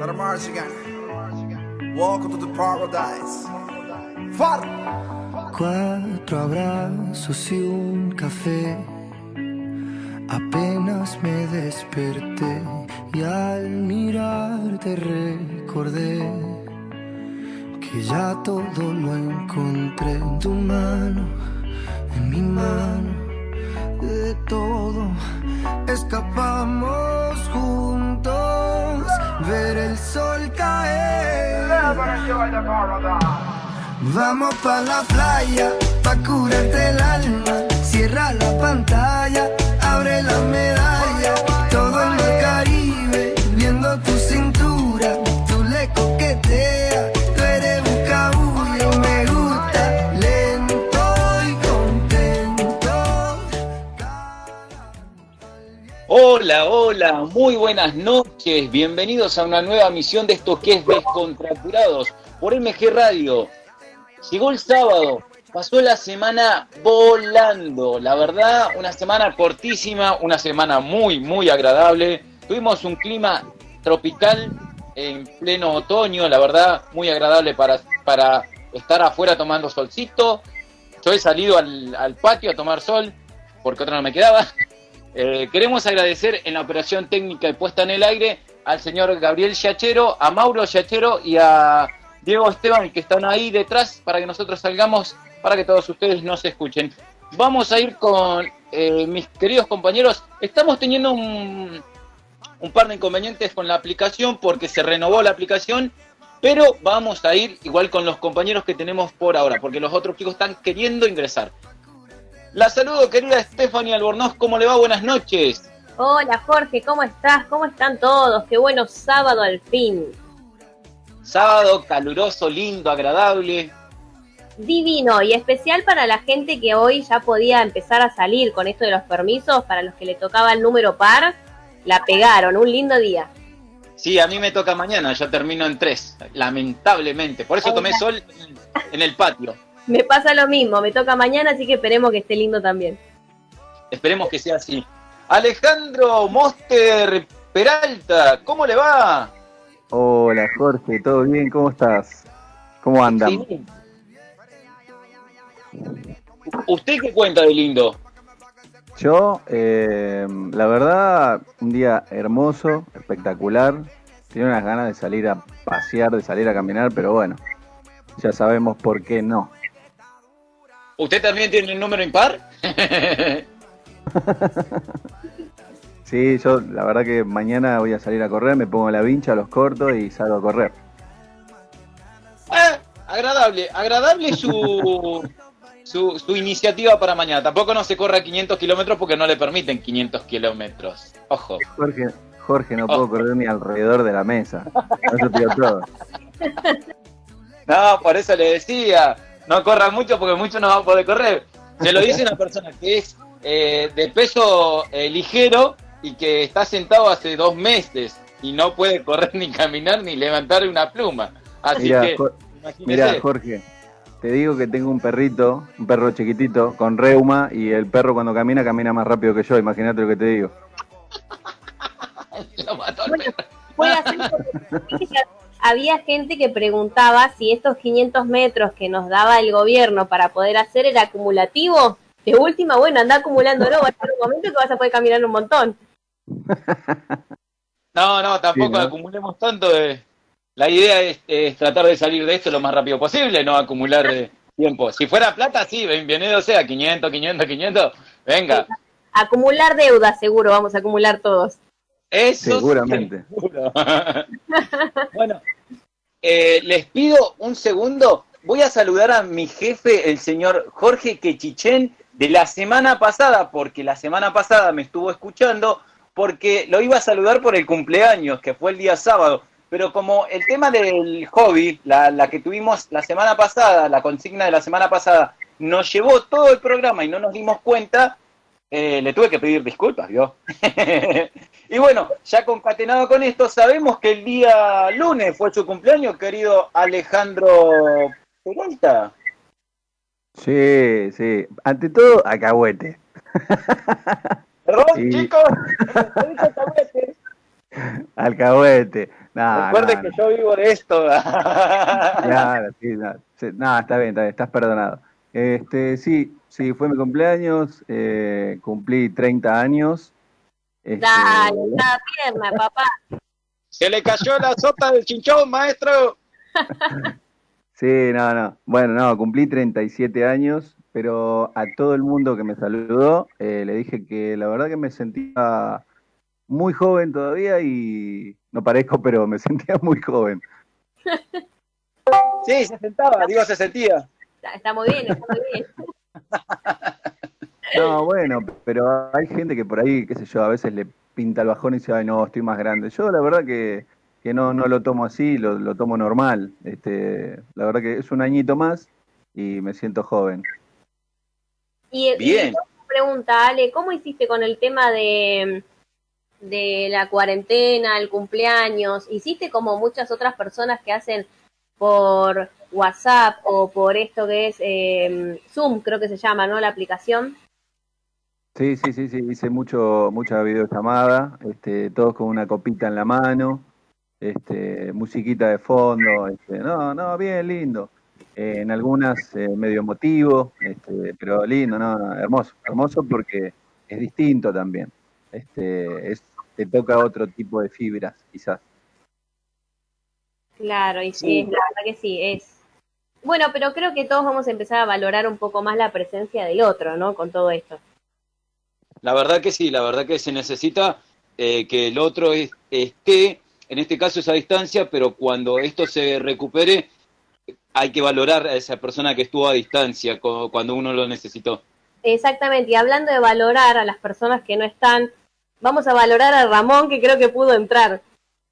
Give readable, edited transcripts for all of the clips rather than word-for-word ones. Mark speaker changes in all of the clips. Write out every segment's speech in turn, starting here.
Speaker 1: Welcome to the paradise. Far.
Speaker 2: 4 abrazos y un café. Apenas me desperté y al mirarte recordé que ya todo lo encontré en tu mano, en mi mano. De todo escapamos juntos, ver el sol caer. Vamos pa' la playa, pa' curarte el alma. Cierra la pantalla, abre la medalla. Todo en el Caribe, viendo tu cintura. Tú le coqueteas, tú eres un cabullo. Me gusta, lento y contento.
Speaker 3: Hola, hola, muy buenas noches. Bienvenidos a una nueva emisión de esto que es Descontracturados por MG Radio. Llegó el sábado, pasó la semana volando, la verdad, una semana cortísima, una semana muy agradable. Tuvimos un clima tropical en pleno otoño, la verdad, muy agradable para estar afuera tomando solcito. Yo he salido al patio a tomar sol, porque otra no me quedaba. Queremos agradecer en la operación técnica y puesta en el aire al señor Gabriel Giachero, a Mauro Giachero y a Diego Esteban, que están ahí detrás para que nosotros salgamos, para que todos ustedes nos escuchen. Vamos a ir con mis queridos compañeros. Estamos teniendo un par de inconvenientes con la aplicación porque se renovó la aplicación, pero vamos a ir igual con los compañeros que tenemos por ahora, porque los otros chicos están queriendo ingresar. La saludo, querida Stephanie Albornoz, ¿cómo le va? Buenas noches.
Speaker 4: Hola Jorge, ¿cómo estás? ¿Cómo están todos? Qué bueno sábado al fin.
Speaker 3: Sábado caluroso, lindo, agradable.
Speaker 4: Divino y especial para la gente que hoy ya podía empezar a salir con esto de los permisos, para los que le tocaba el número par, la pegaron, un lindo día.
Speaker 3: Sí, a mí me toca mañana, yo termino en 3, lamentablemente. Por eso tomé sol en el patio.
Speaker 4: Me pasa lo mismo, me toca mañana, así que esperemos que esté lindo también.
Speaker 3: Esperemos que sea así. Alejandro Moster Peralta, ¿cómo le va?
Speaker 5: Hola Jorge, ¿todo bien? ¿Cómo estás? ¿Cómo andan?
Speaker 3: Sí. ¿Usted qué cuenta de lindo?
Speaker 5: Yo, la verdad, un día hermoso, espectacular. Tenía unas ganas de salir a pasear, de salir a caminar, pero bueno, ya sabemos por qué no.
Speaker 3: ¿Usted también tiene el número impar?
Speaker 5: Sí, yo la verdad que mañana voy a salir a correr, me pongo la vincha, los cortos y salgo a correr.
Speaker 3: Agradable su iniciativa para mañana. Tampoco no se corre a 500 kilómetros porque no le permiten 500 kilómetros. Ojo.
Speaker 5: Jorge, no puedo correr ni alrededor de la mesa. Eso te digo todo.
Speaker 3: No, por eso le decía, no corra mucho porque mucho no va a poder correr. Se lo dice una persona que es de peso ligero y que está sentado hace 2 meses y no puede correr ni caminar ni levantar una pluma. Así que,
Speaker 5: mira, Jorge, te digo que tengo un perro chiquitito con reuma y el perro cuando camina más rápido que yo, imagínate lo que te digo.
Speaker 3: Lo mató al
Speaker 4: Bueno,
Speaker 3: perro.
Speaker 4: puede hacer había gente que preguntaba si estos 500 metros que nos daba el gobierno para poder hacer era acumulativo. De última, bueno, anda acumulándolo, va a ser un momento que vas a poder caminar un montón.
Speaker 3: No, tampoco
Speaker 5: sí, ¿no?
Speaker 3: Acumulemos tanto. La idea es tratar de salir de esto lo más rápido posible, no acumular tiempo. Si fuera plata, sí, bienvenido sea, 500, venga.
Speaker 4: Acumular deuda, seguro, vamos a acumular todos.
Speaker 3: Eso
Speaker 5: seguramente.
Speaker 3: Seguro. Bueno, les pido un segundo. Voy a saludar a mi jefe, el señor Jorge Quechichén, de la semana pasada, porque la semana pasada me estuvo escuchando, porque lo iba a saludar por el cumpleaños, que fue el día sábado. Pero como el tema del hobby, la que tuvimos la semana pasada, la consigna de la semana pasada, nos llevó todo el programa y no nos dimos cuenta, le tuve que pedir disculpas, ¿vio? Y bueno, ya concatenado con esto, sabemos que el día lunes fue su cumpleaños, querido Alejandro Peralta.
Speaker 5: Sí. Ante todo, alcahuete.
Speaker 3: Perdón,
Speaker 5: Sí.
Speaker 3: chicos.
Speaker 5: Alcahuete.
Speaker 3: Recuerde que yo vivo de esto.
Speaker 5: Claro, sí, no, está bien, estás perdonado. Sí, fue mi cumpleaños, cumplí 30 años.
Speaker 4: Dale, cada pierna, papá.
Speaker 3: Se le cayó la sopa del chinchón, maestro.
Speaker 5: Sí, no. Bueno, no, cumplí 37 años, pero a todo el mundo que me saludó le dije que la verdad que me sentía muy joven todavía y no parezco, pero me sentía muy joven.
Speaker 3: Sí, se sentaba, digo, se sentía.
Speaker 4: Está muy bien, está muy bien.
Speaker 5: No, bueno, pero hay gente que por ahí, qué sé yo, a veces le pinta el bajón y dice, ay, no, estoy más grande. Yo la verdad que no lo tomo así, lo tomo normal. La verdad que es un añito más y me siento joven.
Speaker 4: Y una pregunta, Ale, ¿cómo hiciste con el tema de la cuarentena, el cumpleaños? ¿Hiciste como muchas otras personas que hacen por WhatsApp o por esto que es Zoom, creo que se llama, ¿no? La aplicación.
Speaker 5: Sí, hice mucha videollamada, todos con una copita en la mano, musiquita de fondo, no, bien lindo. En algunas medio emotivo, pero lindo, no, hermoso porque es distinto también. Te toca otro tipo de fibras, quizás.
Speaker 4: Claro, y sí, la verdad que sí, es. Bueno, pero creo que todos vamos a empezar a valorar un poco más la presencia del otro, ¿no? Con todo esto.
Speaker 3: La verdad que sí, la verdad que se necesita que el otro esté, en este caso es a distancia, pero cuando esto se recupere, hay que valorar a esa persona que estuvo a distancia cuando uno lo necesitó.
Speaker 4: Exactamente, y hablando de valorar a las personas que no están, vamos a valorar a Ramón, que creo que pudo entrar.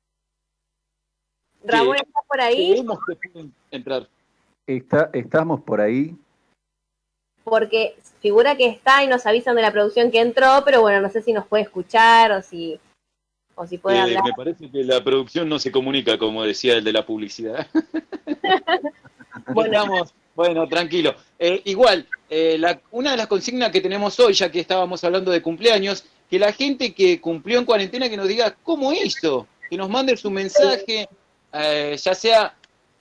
Speaker 4: Ramón, ¿está por ahí?
Speaker 3: Creemos que pudo entrar.
Speaker 5: Estamos por ahí.
Speaker 4: Porque figura que está y nos avisan de la producción que entró, pero bueno, no sé si nos puede escuchar o si puede hablar.
Speaker 3: Me parece que la producción no se comunica, como decía el de la publicidad. Bueno, tranquilo. Igual, una de las consignas que tenemos hoy, ya que estábamos hablando de cumpleaños, que la gente que cumplió en cuarentena que nos diga cómo hizo, que nos mande su mensaje, ya sea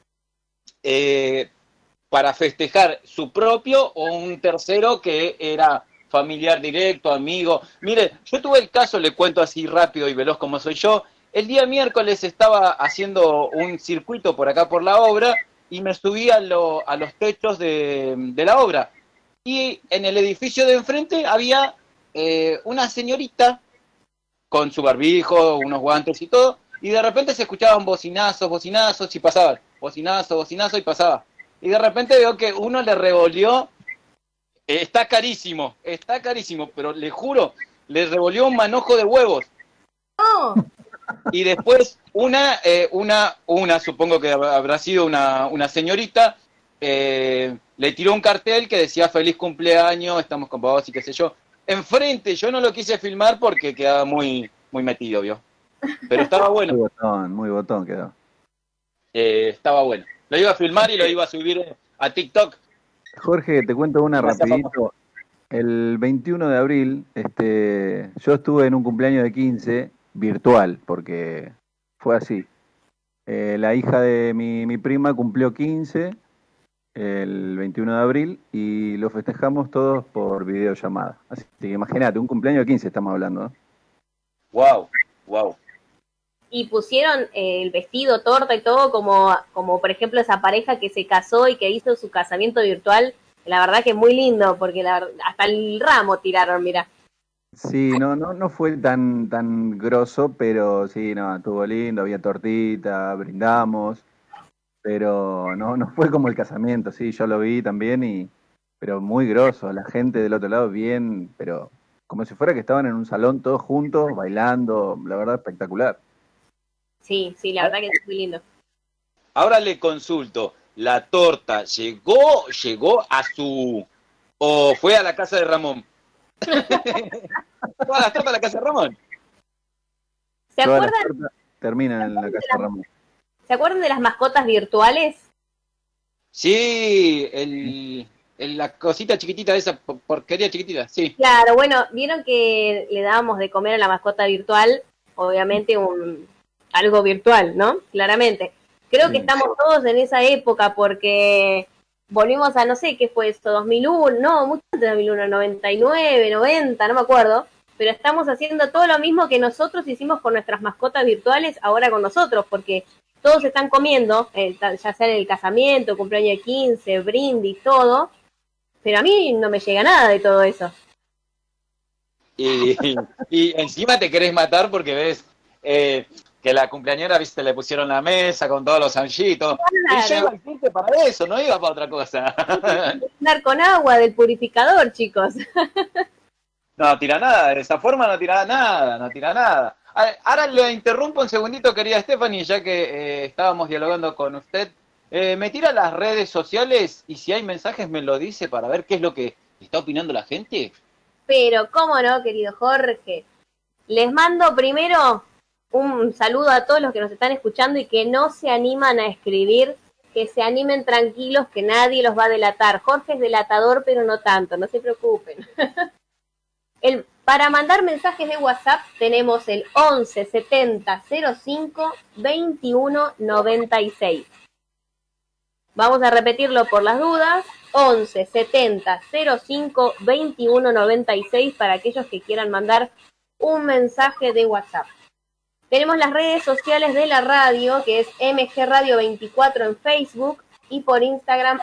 Speaker 3: para festejar su propio o un tercero que era familiar directo, amigo. Mire, yo tuve el caso, le cuento así rápido y veloz como soy yo. El día miércoles estaba haciendo un circuito por acá por la obra y me subí a los techos de la obra. Y en el edificio de enfrente había una señorita con su barbijo, unos guantes y todo, y de repente se escuchaban bocinazos y pasaban. Bocinazo y pasaba. Y de repente veo que uno le revolvió, está carísimo, pero le juro, le revolvió un manojo de huevos.
Speaker 4: ¡No!
Speaker 3: Y después una supongo que habrá sido una señorita, le tiró un cartel que decía feliz cumpleaños, estamos con vos y qué sé yo. Enfrente, yo no lo quise filmar porque quedaba muy metido, ¿vio? Pero estaba bueno.
Speaker 5: Muy botón quedó.
Speaker 3: Estaba bueno. Lo iba a filmar y lo iba a subir a TikTok.
Speaker 5: Jorge, te cuento una rapidito. El 21 de abril, yo estuve en un cumpleaños de 15 virtual, porque fue así. La hija de mi prima cumplió 15 el 21 de abril y lo festejamos todos por videollamada. Así que imagínate, un cumpleaños de 15 estamos hablando, ¿no?
Speaker 3: Wow.
Speaker 4: Y pusieron el vestido, torta y todo, como por ejemplo esa pareja que se casó y que hizo su casamiento virtual. La verdad que es muy lindo, porque hasta el ramo tiraron, mira.
Speaker 5: Sí, no fue tan grosso, pero sí, no, estuvo lindo, había tortita, brindamos, pero no fue como el casamiento, sí, yo lo vi también, pero muy grosso, la gente del otro lado bien, pero como si fuera que estaban en un salón todos juntos, bailando, la verdad espectacular.
Speaker 4: Sí, la verdad que es muy lindo.
Speaker 3: Ahora le consulto, ¿la torta llegó a su... o fue a la casa de Ramón? ¿Todas las tortas a la casa de Ramón?
Speaker 4: ¿Se acuerdan?
Speaker 5: Terminan en la casa de Ramón.
Speaker 4: ¿Se acuerdan de las mascotas virtuales?
Speaker 3: Sí, la cosita chiquitita, esa porquería chiquitita, sí.
Speaker 4: Claro, bueno, vieron que le dábamos de comer a la mascota virtual, obviamente algo virtual, ¿no? Claramente. Creo que estamos todos en esa época porque volvimos a, no sé, ¿qué fue esto? 2001, no, mucho antes de 2001, 99, 90, no me acuerdo. Pero estamos haciendo todo lo mismo que nosotros hicimos con nuestras mascotas virtuales ahora con nosotros, porque todos están comiendo, ya sea en el casamiento, cumpleaños de 15, brindis, todo, pero a mí no me llega nada de todo eso.
Speaker 3: Y encima te querés matar porque ves que la cumpleañera, viste, le pusieron la mesa con todos los anchitos.
Speaker 4: Claro.
Speaker 3: Y yo iba al circo para eso, no iba para otra cosa.
Speaker 4: Andar con agua del purificador, chicos.
Speaker 3: No tira nada, de esa forma no tira nada, no tira nada. Ahora le interrumpo un segundito, querida Stephanie, ya que estábamos dialogando con usted. Me tira las redes sociales y si hay mensajes me lo dice para ver qué es lo que está opinando la gente.
Speaker 4: Pero, ¿cómo no, querido Jorge? Les mando primero un saludo a todos los que nos están escuchando y que no se animan a escribir, que se animen tranquilos, que nadie los va a delatar. Jorge es delatador, pero no tanto, no se preocupen. Para mandar mensajes de WhatsApp tenemos el 11 70 05 21 96. Vamos a repetirlo por las dudas. 11 70 05 21 96 para aquellos que quieran mandar un mensaje de WhatsApp. Tenemos las redes sociales de la radio, que es MG Radio 24 en Facebook y por Instagram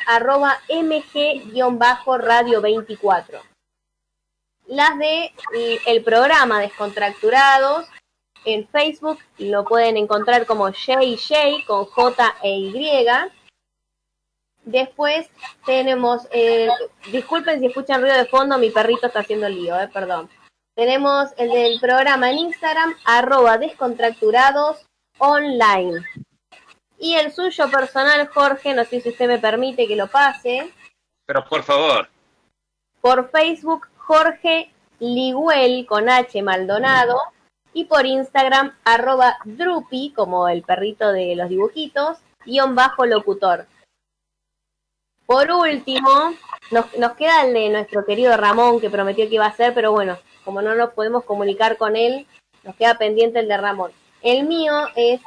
Speaker 4: @MG-Radio 24. Las de el programa Descontracturados en Facebook lo pueden encontrar como JJ con J e Y. Después tenemos, disculpen si escuchan ruido de fondo, mi perrito está haciendo lío, perdón. Tenemos el del programa en Instagram, @Descontracturados online. Y el suyo personal, Jorge, no sé si usted me permite que lo pase.
Speaker 3: Pero por favor.
Speaker 4: Por Facebook, Jorge Liguel con H Maldonado. Y por Instagram, @Drupi, como el perrito de los dibujitos, _locutor. Por último, nos queda el de nuestro querido Ramón, que prometió que iba a hacer, pero bueno, como no nos podemos comunicar con él, nos queda pendiente el de Ramón. El mío es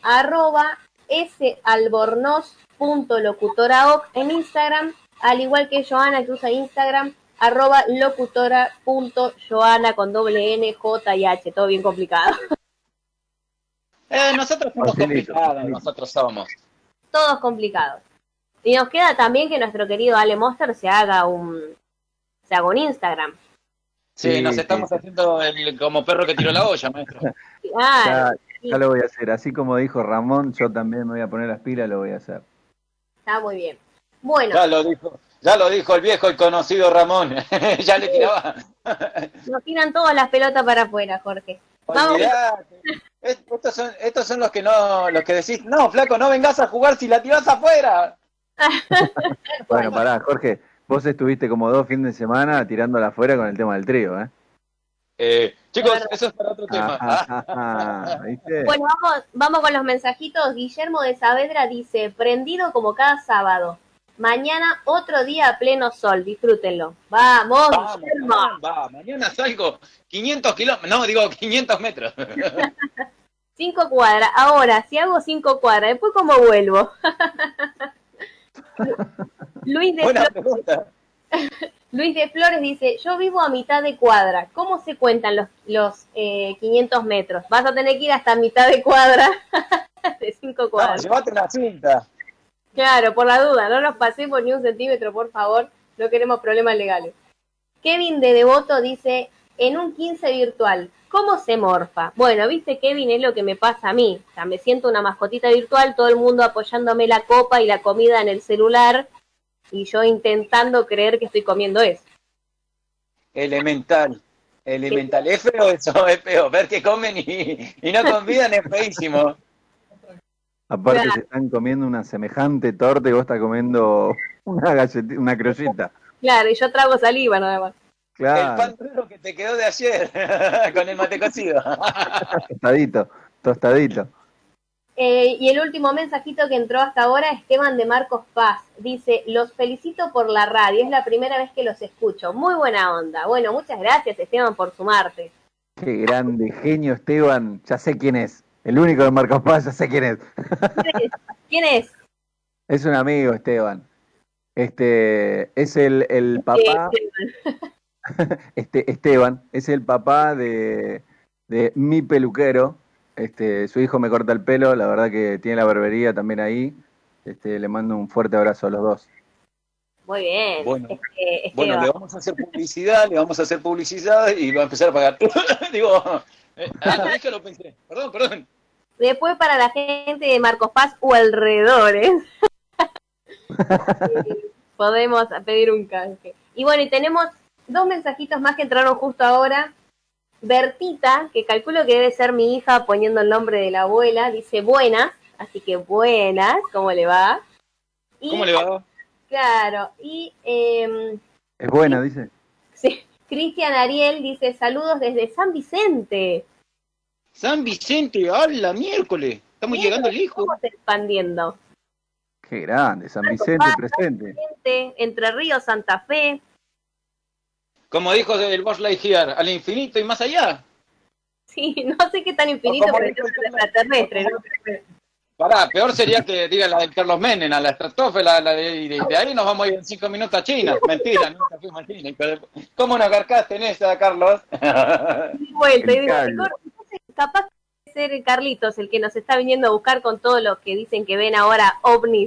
Speaker 4: @salbornoz.locutoraoc en Instagram, al igual que Joana, que usa Instagram, @locutora.joana con doble N, J y H, todo bien complicado.
Speaker 3: Nosotros somos complicados, nosotros somos.
Speaker 4: Todos complicados. Y nos queda también que nuestro querido Ale Monster se haga un Instagram.
Speaker 3: Sí, nos estamos haciendo como perro que tiró la olla, maestro.
Speaker 4: Claro,
Speaker 5: ya lo voy a hacer. Así como dijo Ramón, yo también me voy a poner las pilas, lo voy a hacer.
Speaker 4: Está muy bien. Bueno.
Speaker 3: Ya lo dijo el viejo y conocido Ramón. Ya le tiraba.
Speaker 4: Nos tiran todas las pelotas para afuera, Jorge. Vamos.
Speaker 3: Estos son los que decís, no, flaco, no vengas a jugar si la tirás afuera.
Speaker 5: Bueno, pará, Jorge, vos estuviste como 2 fines de semana tirándola afuera con el tema del trío,
Speaker 3: chicos, eso es para otro tema.
Speaker 5: ¿Viste?
Speaker 4: Bueno, vamos con los mensajitos. Guillermo de Saavedra dice, prendido como cada sábado. Mañana otro día a pleno sol, disfrútenlo. Vamos, Guillermo.
Speaker 3: Mañana salgo 500 metros.
Speaker 4: 5 cuadras. Ahora, si hago 5 cuadras, después ¿cómo vuelvo? Luis de Flores dice, yo vivo a mitad de cuadra. ¿Cómo se cuentan los 500 metros? Vas a tener que ir hasta mitad de cuadra de 5 cuadras.
Speaker 3: No, llévate una cinta.
Speaker 4: Claro, por la duda, no nos pasemos ni 1 centímetro, por favor. No queremos problemas legales. Kevin de Devoto dice, en un 15 virtual, ¿cómo se morfa? Bueno, viste, Kevin, es lo que me pasa a mí. O sea, me siento una mascotita virtual, todo el mundo apoyándome la copa y la comida en el celular, y yo intentando creer que estoy comiendo eso.
Speaker 3: Elemental. Es feo eso, es feo. Ver que comen y no convidan es feísimo.
Speaker 5: Aparte
Speaker 4: Claro.
Speaker 5: se están comiendo una semejante torta y vos estás comiendo una criollita.
Speaker 4: Claro, y yo trago saliva nada más.
Speaker 5: Claro.
Speaker 3: El pan duro que te quedó de ayer con el mate cocido.
Speaker 5: Tostadito.
Speaker 4: Y el último mensajito que entró hasta ahora, Esteban de Marcos Paz. Dice, los felicito por la radio, es la primera vez que los escucho. Muy buena onda. Bueno, muchas gracias, Esteban, por sumarte.
Speaker 5: Qué grande, genio Esteban, ya sé quién es. El único de Marcos Paz, ya sé quién es.
Speaker 4: ¿Quién es?
Speaker 5: Es un amigo, Esteban. Es el papá, Esteban, es el papá de mi peluquero. Su hijo me corta el pelo, la verdad que tiene la barbería también ahí. Le mando un fuerte abrazo a los dos.
Speaker 4: Muy bien.
Speaker 3: Bueno,
Speaker 4: Esteban.
Speaker 3: le vamos a hacer publicidad y va a empezar a pagar. Digo, no es que lo pensé. Perdón.
Speaker 4: Después para la gente de Marcos Paz o alrededores, podemos pedir un canje. Y bueno, y tenemos 2 mensajitos más que entraron justo ahora. Bertita, que calculo que debe ser mi hija poniendo el nombre de la abuela, dice buenas, así que buenas, ¿cómo le va?
Speaker 3: ¿Cómo le va?
Speaker 4: Claro, y
Speaker 5: Es buena, dice.
Speaker 4: sí, Cristian Ariel dice saludos desde San Vicente.
Speaker 3: San Vicente, ¡hala, miércoles! Estamos llegando lejos.
Speaker 4: Estamos expandiendo.
Speaker 5: Qué grande, San Vicente presente.
Speaker 4: Entre Ríos, Santa Fe.
Speaker 3: Como dijo el Buzz Lightyear, al infinito y más allá.
Speaker 4: Sí, no sé qué tan infinito, pero es extraterrestre, ¿no?
Speaker 3: Pará, peor sería que diga la de Carlos Menem, a la estratosfera, de ahí nos vamos a ir en 5 minutos a China. Mentira, nunca fuimos a China. ¿Cómo nos agarcaste en esa, Carlos?
Speaker 4: Y vuelta, y digo, entonces, capaz de ser Carlitos el que nos está viniendo a buscar con todo lo que dicen que ven ahora ovnis.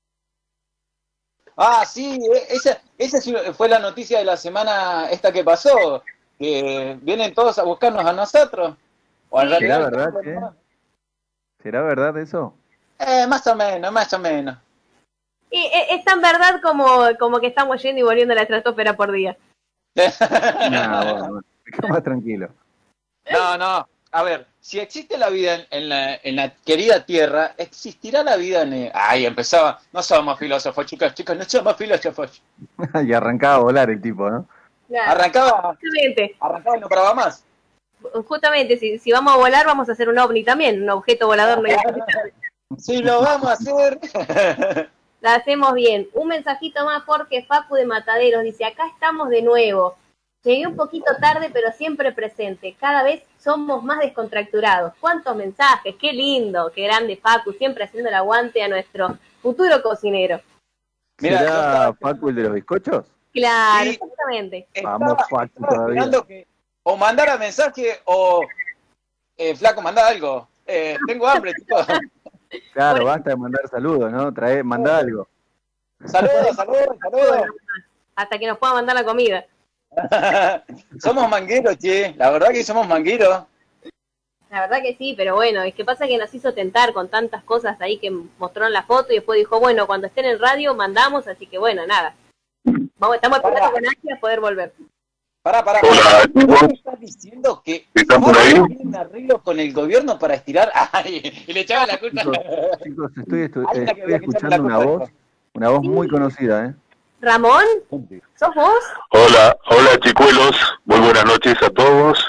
Speaker 3: Ah, sí, esa fue la noticia de la semana esta que pasó, que vienen todos a buscarnos a nosotros. O en
Speaker 5: ¿Será
Speaker 3: realidad,
Speaker 5: verdad, che? ¿Será verdad eso?
Speaker 3: más o menos.
Speaker 4: Y es tan verdad como que estamos yendo y volviendo a la estratosfera por día.
Speaker 5: No, bueno, me quedo más tranquilo.
Speaker 3: No. A ver, si existe la vida en la querida Tierra, ¿existirá la vida en... Ay, empezaba, no somos filósofos, chicas, no somos filósofos.
Speaker 5: Y arrancaba a volar el tipo, ¿no?
Speaker 4: Claro.
Speaker 3: Arrancaba
Speaker 4: Justamente,
Speaker 3: y no paraba más.
Speaker 4: si vamos a volar, vamos a hacer un ovni también, un objeto volador no identificado.
Speaker 3: Sí, lo vamos a hacer.
Speaker 4: La hacemos bien. Un mensajito más, Jorge Facu de Mataderos dice, acá estamos de nuevo. Llegué un poquito tarde, pero siempre presente. Cada vez somos más descontracturados. ¿Cuántos mensajes? Qué lindo, qué grande Facu, siempre haciendo el aguante a nuestro futuro cocinero.
Speaker 3: Mira,
Speaker 5: ¿será Facu el de los bizcochos?
Speaker 4: Claro,
Speaker 3: Sí.
Speaker 4: Exactamente.
Speaker 5: Vamos, Facu, todavía.
Speaker 3: Esperando que o mandara mensaje o flaco, manda algo. Tengo hambre, chicos.
Speaker 5: Claro, basta de mandar saludos, ¿no? Mandá algo.
Speaker 3: Saludos.
Speaker 4: Hasta que nos pueda mandar la comida.
Speaker 3: Somos mangueros, che. La verdad que somos mangueros.
Speaker 4: La verdad que sí, pero bueno, es que pasa que nos hizo tentar con tantas cosas ahí que mostraron la foto y después dijo, bueno, cuando estén en radio mandamos, así que bueno, nada. Estamos esperando con ansias poder volver.
Speaker 3: Pará.
Speaker 6: Hola,
Speaker 3: ¿Vos me estás diciendo que
Speaker 6: ¿estás por ahí?
Speaker 3: tienen arreglo con el gobierno para estirar? Ay, y le echaban la culpa.
Speaker 5: Chicos, estoy
Speaker 3: Alguien que había que
Speaker 5: escuchando
Speaker 3: echarle la
Speaker 5: una voz muy conocida, ¿eh?
Speaker 4: Ramón, ¿sos vos?
Speaker 6: Hola, chicuelos, muy buenas noches a todos.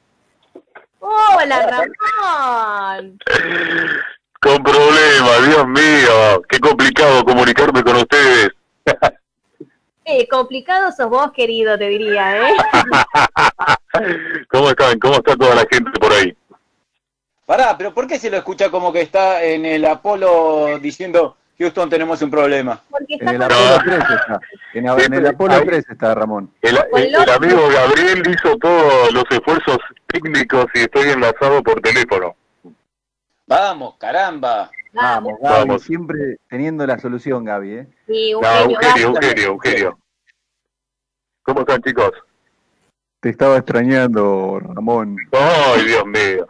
Speaker 4: Hola, Ramón.
Speaker 6: Con problemas, Dios mío, qué complicado comunicarme con ustedes.
Speaker 4: Complicado sos vos, querido, te diría, ¿eh?
Speaker 6: ¿Cómo están? ¿Cómo está toda la gente por ahí?
Speaker 3: Pará, pero ¿por qué se lo escucha como que está en el Apolo diciendo Houston tenemos un problema?
Speaker 4: Porque
Speaker 5: En
Speaker 4: está
Speaker 5: el
Speaker 4: con...
Speaker 5: Apolo 13 está. En el Apolo 13 está Ramón.
Speaker 6: El amigo Gabriel hizo todos los esfuerzos técnicos y estoy enlazado por teléfono.
Speaker 3: Vamos, caramba.
Speaker 5: Vamos, Gaby,
Speaker 6: Vamos.
Speaker 5: siempre teniendo la solución, Gaby, ¿eh?
Speaker 4: Sí,
Speaker 6: No, Eugenio. ¿Cómo están, chicos?
Speaker 5: Te estaba extrañando, Ramón.
Speaker 6: ¡Ay, Dios mío!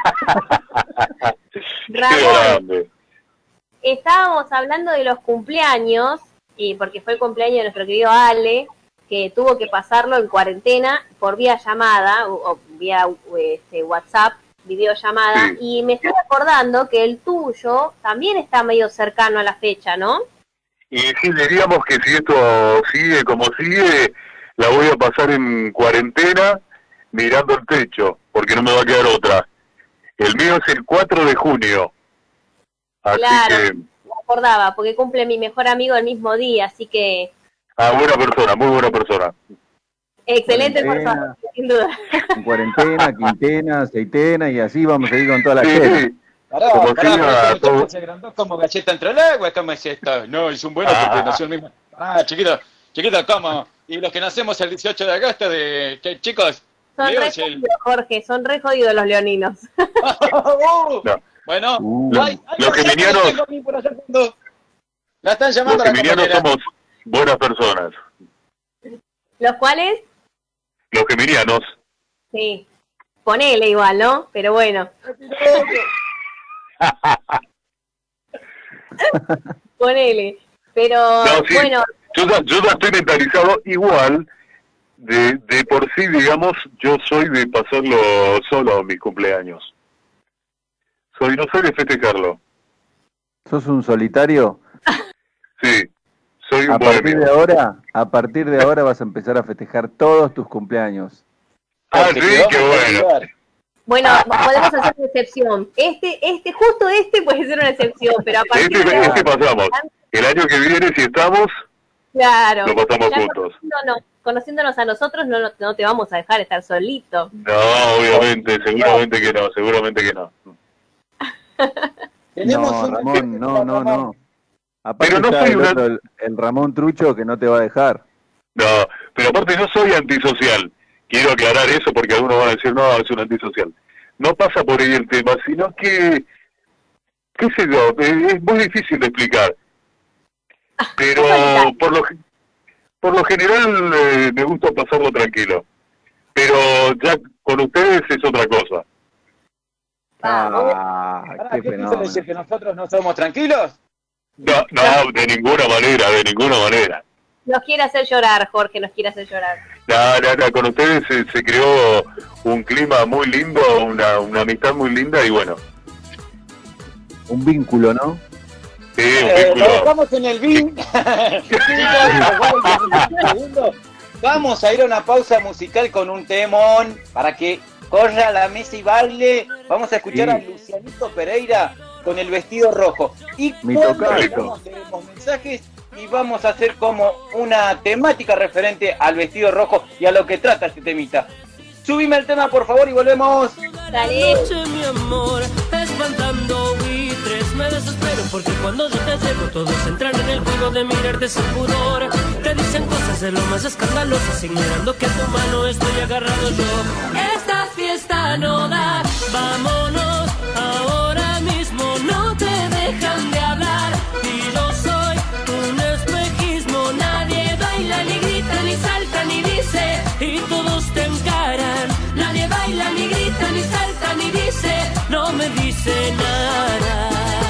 Speaker 6: ¡Qué
Speaker 4: Ramón,
Speaker 6: grande!
Speaker 4: estábamos hablando de los cumpleaños, y porque fue el cumpleaños de nuestro querido Ale, que tuvo que pasarlo en cuarentena por vía llamada, o vía WhatsApp, videollamada,
Speaker 6: Sí.
Speaker 4: y me estoy acordando que el tuyo también está medio cercano a la fecha, ¿no?
Speaker 6: Y sí, diríamos que si esto sigue como sigue, la voy a pasar en cuarentena mirando el techo, porque no me va a quedar otra. El mío es el 4 de junio. Así
Speaker 4: Claro.
Speaker 6: que...
Speaker 4: Me acordaba, porque cumple mi mejor amigo el mismo día, así que
Speaker 6: buena persona, muy buena persona.
Speaker 4: excelente
Speaker 5: Cuarentena.
Speaker 4: persona. sin duda.
Speaker 5: En cuarentena, quintena, aceitena y así vamos a ir con toda la
Speaker 6: Sí,
Speaker 5: gente.
Speaker 6: sí.
Speaker 3: Pará,
Speaker 6: Como
Speaker 3: pará,
Speaker 6: siga
Speaker 3: pero este
Speaker 6: todo.
Speaker 3: muchacho se agrandó como galleta entre el agua, ¿cómo es esto? No, es un bueno porque nació el mismo. Ah, chiquito, ¿cómo? Y los que nacemos el 18 de agosto chicos,
Speaker 4: Son
Speaker 3: Leo
Speaker 4: re
Speaker 3: es el...
Speaker 4: jodidos, Jorge, son re jodidos los leoninos.
Speaker 6: No.
Speaker 3: Bueno,
Speaker 6: Los geminianos-
Speaker 3: tengo a mí por allá al fondo. La están
Speaker 6: Los
Speaker 3: llamando a la
Speaker 6: geminianos
Speaker 3: compañera.
Speaker 6: somos buenas personas.
Speaker 4: ¿Los cuales?
Speaker 6: Los geminianos.
Speaker 4: Sí. Ponele igual, ¿no? Pero bueno. Ponele. Pero
Speaker 6: No, sí.
Speaker 4: bueno,
Speaker 6: Yo ya estoy mentalizado igual. De por sí, digamos, yo soy de pasarlo solo mis cumpleaños. No soy de festejarlo.
Speaker 5: ¿Sos un solitario?
Speaker 6: Sí, soy un
Speaker 5: A partir de
Speaker 6: bohemio.
Speaker 5: ahora vas a empezar a festejar todos tus cumpleaños.
Speaker 6: Ah,
Speaker 3: Porque
Speaker 6: sí,
Speaker 3: te vamos
Speaker 6: qué
Speaker 3: a
Speaker 6: bueno.
Speaker 3: ayudar.
Speaker 4: bueno, podemos hacer una excepción. Justo este puede ser una excepción, pero a partir de ahora,
Speaker 6: Este pasamos. El año que viene, si estamos,
Speaker 4: claro,
Speaker 6: lo pasamos
Speaker 4: ya
Speaker 6: juntos.
Speaker 4: conociéndonos a nosotros, no te vamos a dejar estar solito.
Speaker 6: No, obviamente, seguramente que no.
Speaker 3: Tenemos
Speaker 5: No,
Speaker 3: un
Speaker 5: Ramón, no. Aparte
Speaker 6: Pero no
Speaker 5: está
Speaker 6: soy
Speaker 5: el,
Speaker 6: una-
Speaker 5: otro, el Ramón Trucho que no te va a dejar.
Speaker 6: No, pero aparte no soy antisocial. Quiero aclarar eso porque algunos van a decir, no, es un antisocial. No pasa por ahí el tema, sino que, qué sé yo, es muy difícil de explicar. Pero por lo general me gusta pasarlo tranquilo. Pero ya con ustedes es otra cosa.
Speaker 5: Ah,
Speaker 3: Pará,
Speaker 5: qué
Speaker 3: ¿qué quiso
Speaker 5: fenómeno.
Speaker 3: decir? ¿Que nosotros no somos tranquilos?
Speaker 6: No, de ninguna manera.
Speaker 4: Nos quiere hacer llorar, Jorge, nos quiere hacer llorar.
Speaker 6: No, con ustedes se creó un clima muy lindo, una amistad muy linda y bueno,
Speaker 5: Un vínculo, ¿no?
Speaker 6: sí, un
Speaker 3: Lo
Speaker 6: vínculo.
Speaker 3: dejamos en el BIN. Chicos, vamos a ir a una pausa musical con un temón para que corra la mesa y baile. Vamos a escuchar
Speaker 5: Sí.
Speaker 3: a Lucianito Pereira con El Vestido Rojo. Y
Speaker 5: Mi
Speaker 3: cuando
Speaker 5: tocayo.
Speaker 3: llegamos, tenemos mensajes y vamos a hacer como una temática referente al Vestido Rojo y a lo que trata este temita. Subime el tema, por favor, y volvemos.
Speaker 4: Dale.
Speaker 7: Noche, mi amor, espantando buitres. Me desespero porque cuando yo te llevo todos entran en el juego de mirarte sin pudor. Te dicen cosas de lo más escandalosas, ignorando que a tu mano estoy agarrado yo. Esta fiesta no da, vámonos ahora mismo. No te dejan de hablar y yo soy un espejismo. Nadie baila, ni grita, ni salta, ni dice, y todos te encaran. Nadie baila, ni grita, ni salta, ni dice, no me dice nada.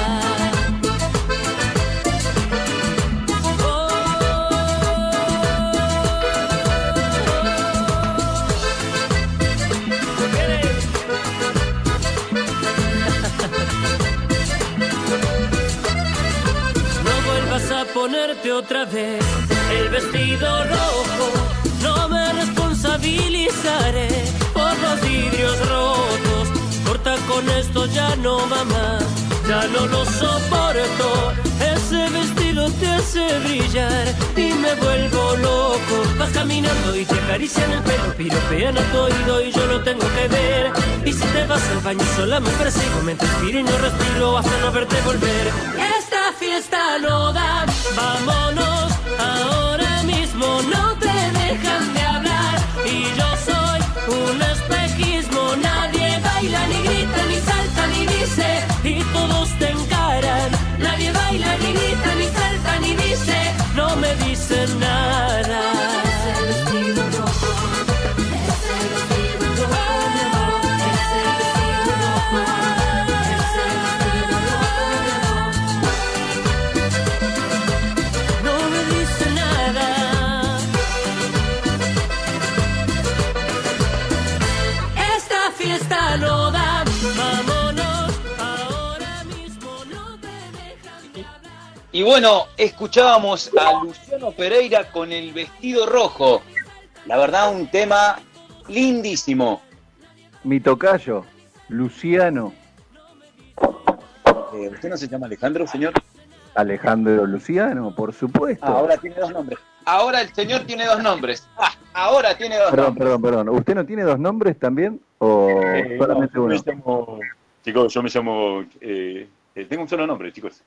Speaker 7: No vuelvas a ponerte otra vez el vestido rojo. No me responsabilizaré por los vidrios rotos. Corta con esto, ya no va más, ya no lo soporto. Ese vestido te hace brillar y me vuelvo loco. Vas caminando y te acarician el pelo, piropean a tu oído y yo lo tengo que ver. Y si te vas al baño sola me persigo, me respiro y no respiro hasta no verte volver. Esta fiesta no da, vámonos ahora mismo. No te dejan de hablar y yo soy un espejismo. Nadie baila, ni grita, ni salta, ni dice, y todos te encaran. Nadie baila, ni grita, ni salta, ni dice, no me dicen nada. Ese vestido rojo, ese vestido rojo, mi amor, ese vestido rojo, ese vestido rojo. No me dice nada. Esta fiesta no da, vámonos ahora mismo. No te dejan de hablar.
Speaker 3: Y bueno, escuchábamos a Luciano Pereira con El Vestido Rojo. La verdad, un tema lindísimo.
Speaker 5: Mi tocayo, Luciano
Speaker 3: ¿Usted no se llama Alejandro, señor?
Speaker 5: Alejandro Luciano, por supuesto.
Speaker 3: Ahora tiene dos nombres. Ahora el señor tiene dos nombres. Ah, Ahora tiene dos nombres.
Speaker 5: Perdón. ¿Usted no tiene dos nombres también? ¿O solamente
Speaker 8: yo
Speaker 5: uno?
Speaker 8: me llamo, chicos, yo me llamo, tengo un solo nombre, chicos.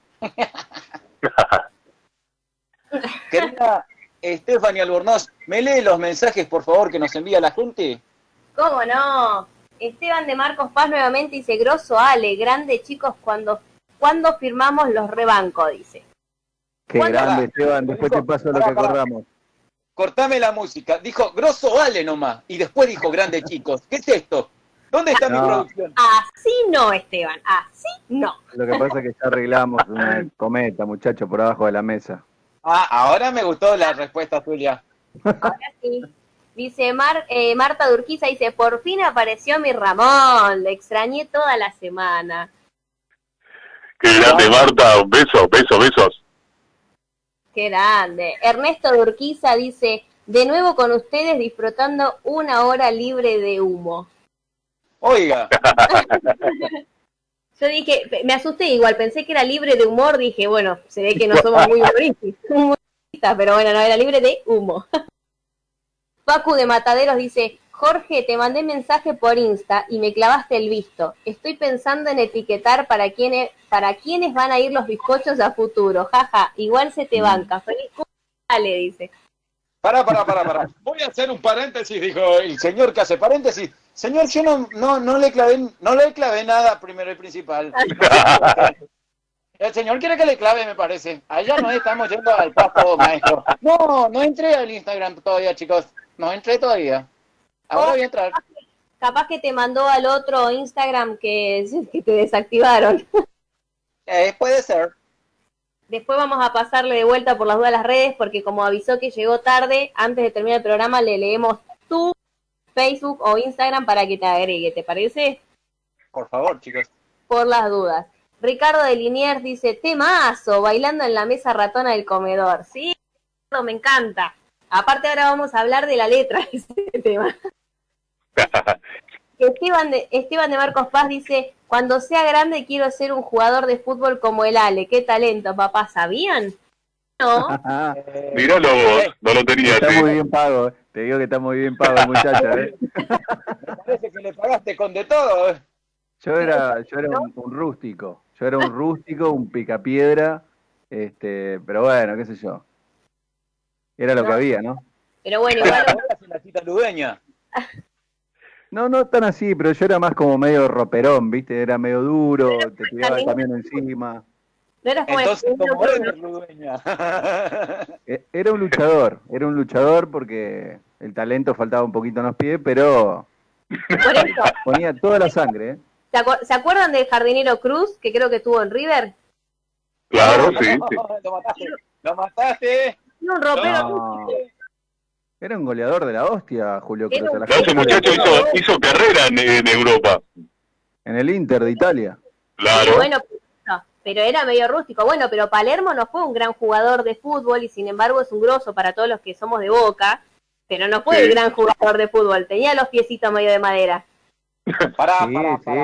Speaker 3: Querida Stephanie Albornoz, ¿me lee los mensajes, por favor, que nos envía la gente?
Speaker 4: ¿Cómo no? Esteban de Marcos Paz nuevamente dice, grosso Ale, grande chicos, cuando firmamos los rebanco, dice.
Speaker 5: Qué
Speaker 3: ¿Cuándo?
Speaker 5: grande, Esteban. Después te paso lo que acordamos.
Speaker 3: Cortame la música. Dijo, grosso vale nomás. Y después dijo, grande chicos. ¿Qué es esto? ¿Dónde está mi producción?
Speaker 4: Así no, Esteban, así no.
Speaker 5: Lo que pasa es que ya arreglamos una cometa, muchacho, por abajo de la mesa.
Speaker 3: Ah, ahora me gustó la respuesta tuya.
Speaker 4: Ahora sí. Dice Marta Durquiza, dice, por fin apareció mi Ramón, le extrañé toda la semana.
Speaker 6: Qué grande, Marta. Besos.
Speaker 4: Qué grande. Ernesto Durquiza dice, de nuevo con ustedes disfrutando una hora libre de humo.
Speaker 3: Oiga,
Speaker 4: Yo dije, me asusté igual, pensé que era libre de humor, dije, bueno, se ve que no somos muy humoristas, pero bueno, no, era libre de humo. Facu de Mataderos dice, Jorge, te mandé mensaje por Insta y me clavaste el visto. Estoy pensando en etiquetar para quienes van a ir los bizcochos a futuro. Jaja, igual se te banca. Feliz cumpleaños, dice.
Speaker 3: Pará. Voy a hacer un paréntesis, dijo el señor que hace paréntesis. Señor, yo no le clavé nada primero y principal. El señor quiere que le clave, me parece. Allá no estamos yendo al pasto, maestro. No entré al Instagram todavía, chicos. No entré todavía. Ahora voy a entrar.
Speaker 4: Capaz que te mandó al otro Instagram que te desactivaron.
Speaker 3: Puede ser.
Speaker 4: Después vamos a pasarle de vuelta por las dudas las redes, porque como avisó que llegó tarde, antes de terminar el programa le leemos tu Facebook o Instagram para que te agregue, ¿te parece?
Speaker 3: Por favor, chicos.
Speaker 4: Por las dudas. Ricardo de Liniers dice, temazo, bailando en la mesa ratona del comedor. Sí, me encanta. Aparte ahora vamos a hablar de la letra de ese tema. Esteban de Marcos Paz dice, cuando sea grande quiero ser un jugador de fútbol como el Ale. Qué talento, papá, ¿sabían? No.
Speaker 6: Miralo vos, no lo tenía.
Speaker 5: Está
Speaker 6: ¿sí?
Speaker 5: muy bien pago, te digo que está muy bien pago el muchacho,
Speaker 3: Me parece que le pagaste con de todo.
Speaker 5: Yo era un rústico, un picapiedra, pero bueno, qué sé yo. Era lo que había, ¿no?
Speaker 4: Pero bueno, igual...
Speaker 3: La cita ludeña.
Speaker 5: No tan así, pero yo era más como medio roperón, ¿viste? Era medio duro, te tiraba el camión encima.
Speaker 4: No eras como
Speaker 3: Entonces,
Speaker 4: el
Speaker 3: ¿cómo eres ludeña?
Speaker 5: Era un luchador porque el talento faltaba un poquito en los pies, pero
Speaker 4: Por eso,
Speaker 5: ponía toda la sangre, ¿eh?
Speaker 4: ¿se acuerdan del jardinero Cruz, que creo que estuvo en River?
Speaker 6: Claro, sí.
Speaker 3: Lo mataste.
Speaker 4: Tiene un ropero.
Speaker 5: No. Era un goleador de la hostia, Julio
Speaker 4: Era
Speaker 5: Cruz.
Speaker 4: un-
Speaker 5: A la
Speaker 6: No, ese
Speaker 5: gente
Speaker 6: muchacho
Speaker 5: le-
Speaker 6: hizo carrera en Europa.
Speaker 5: En el Inter de Italia.
Speaker 6: Claro.
Speaker 4: Bueno, no, pero era medio rústico. Bueno, pero Palermo no fue un gran jugador de fútbol y sin embargo es un grosso para todos los que somos de Boca, pero no fue
Speaker 6: Sí.
Speaker 4: el gran jugador de fútbol. Tenía los piecitos medio de madera.
Speaker 3: Pará.
Speaker 5: Sí.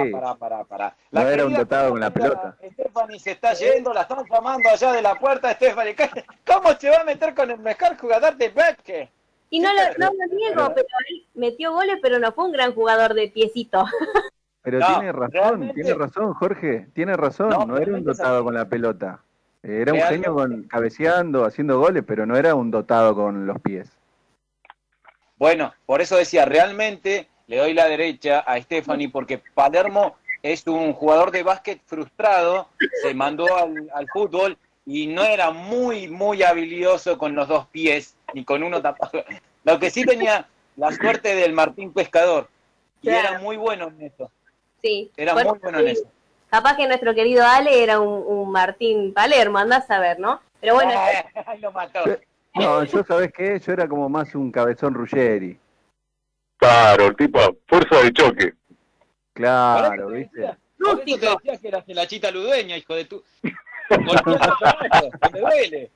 Speaker 5: No era un dotado con la pelota.
Speaker 3: Stephanie se está yendo, la están llamando allá de la puerta, Stephanie. ¿Cómo se va a meter con el mejor jugador de básquet?
Speaker 4: Y no lo niego, pero él metió goles, pero no fue un gran jugador de piecito.
Speaker 5: Pero
Speaker 3: No,
Speaker 5: tiene
Speaker 3: realmente-
Speaker 5: razón, Jorge, tiene razón.
Speaker 3: No,
Speaker 5: No era un
Speaker 3: realmente es
Speaker 5: dotado
Speaker 3: así.
Speaker 5: con la pelota. Era un
Speaker 3: Realmente-
Speaker 5: genio cabeceando, haciendo goles, pero no era un dotado con los pies.
Speaker 3: Bueno, por eso decía, realmente le doy la derecha a Stephanie porque Palermo es un jugador de básquet frustrado, se mandó al fútbol y no era muy habilidoso con los dos pies, ni con uno tapado. Lo que sí tenía la suerte del Martín Pescador, y
Speaker 4: Claro.
Speaker 3: era muy bueno en eso,
Speaker 4: Sí.
Speaker 3: era
Speaker 4: Bueno,
Speaker 3: muy bueno en eso.
Speaker 4: Capaz que nuestro querido Ale era un Martín Palermo, andás a ver, ¿no? Pero bueno,
Speaker 3: Ay, lo mató.
Speaker 5: No, yo, ¿sabés qué? Yo era como más un cabezón Ruggeri.
Speaker 6: Claro, el tipo fuerza de choque.
Speaker 5: Claro, ¿viste?
Speaker 3: Por eso te decía que eras la chita ludueña, hijo de tu... Golpeando el trabajo, que me duele.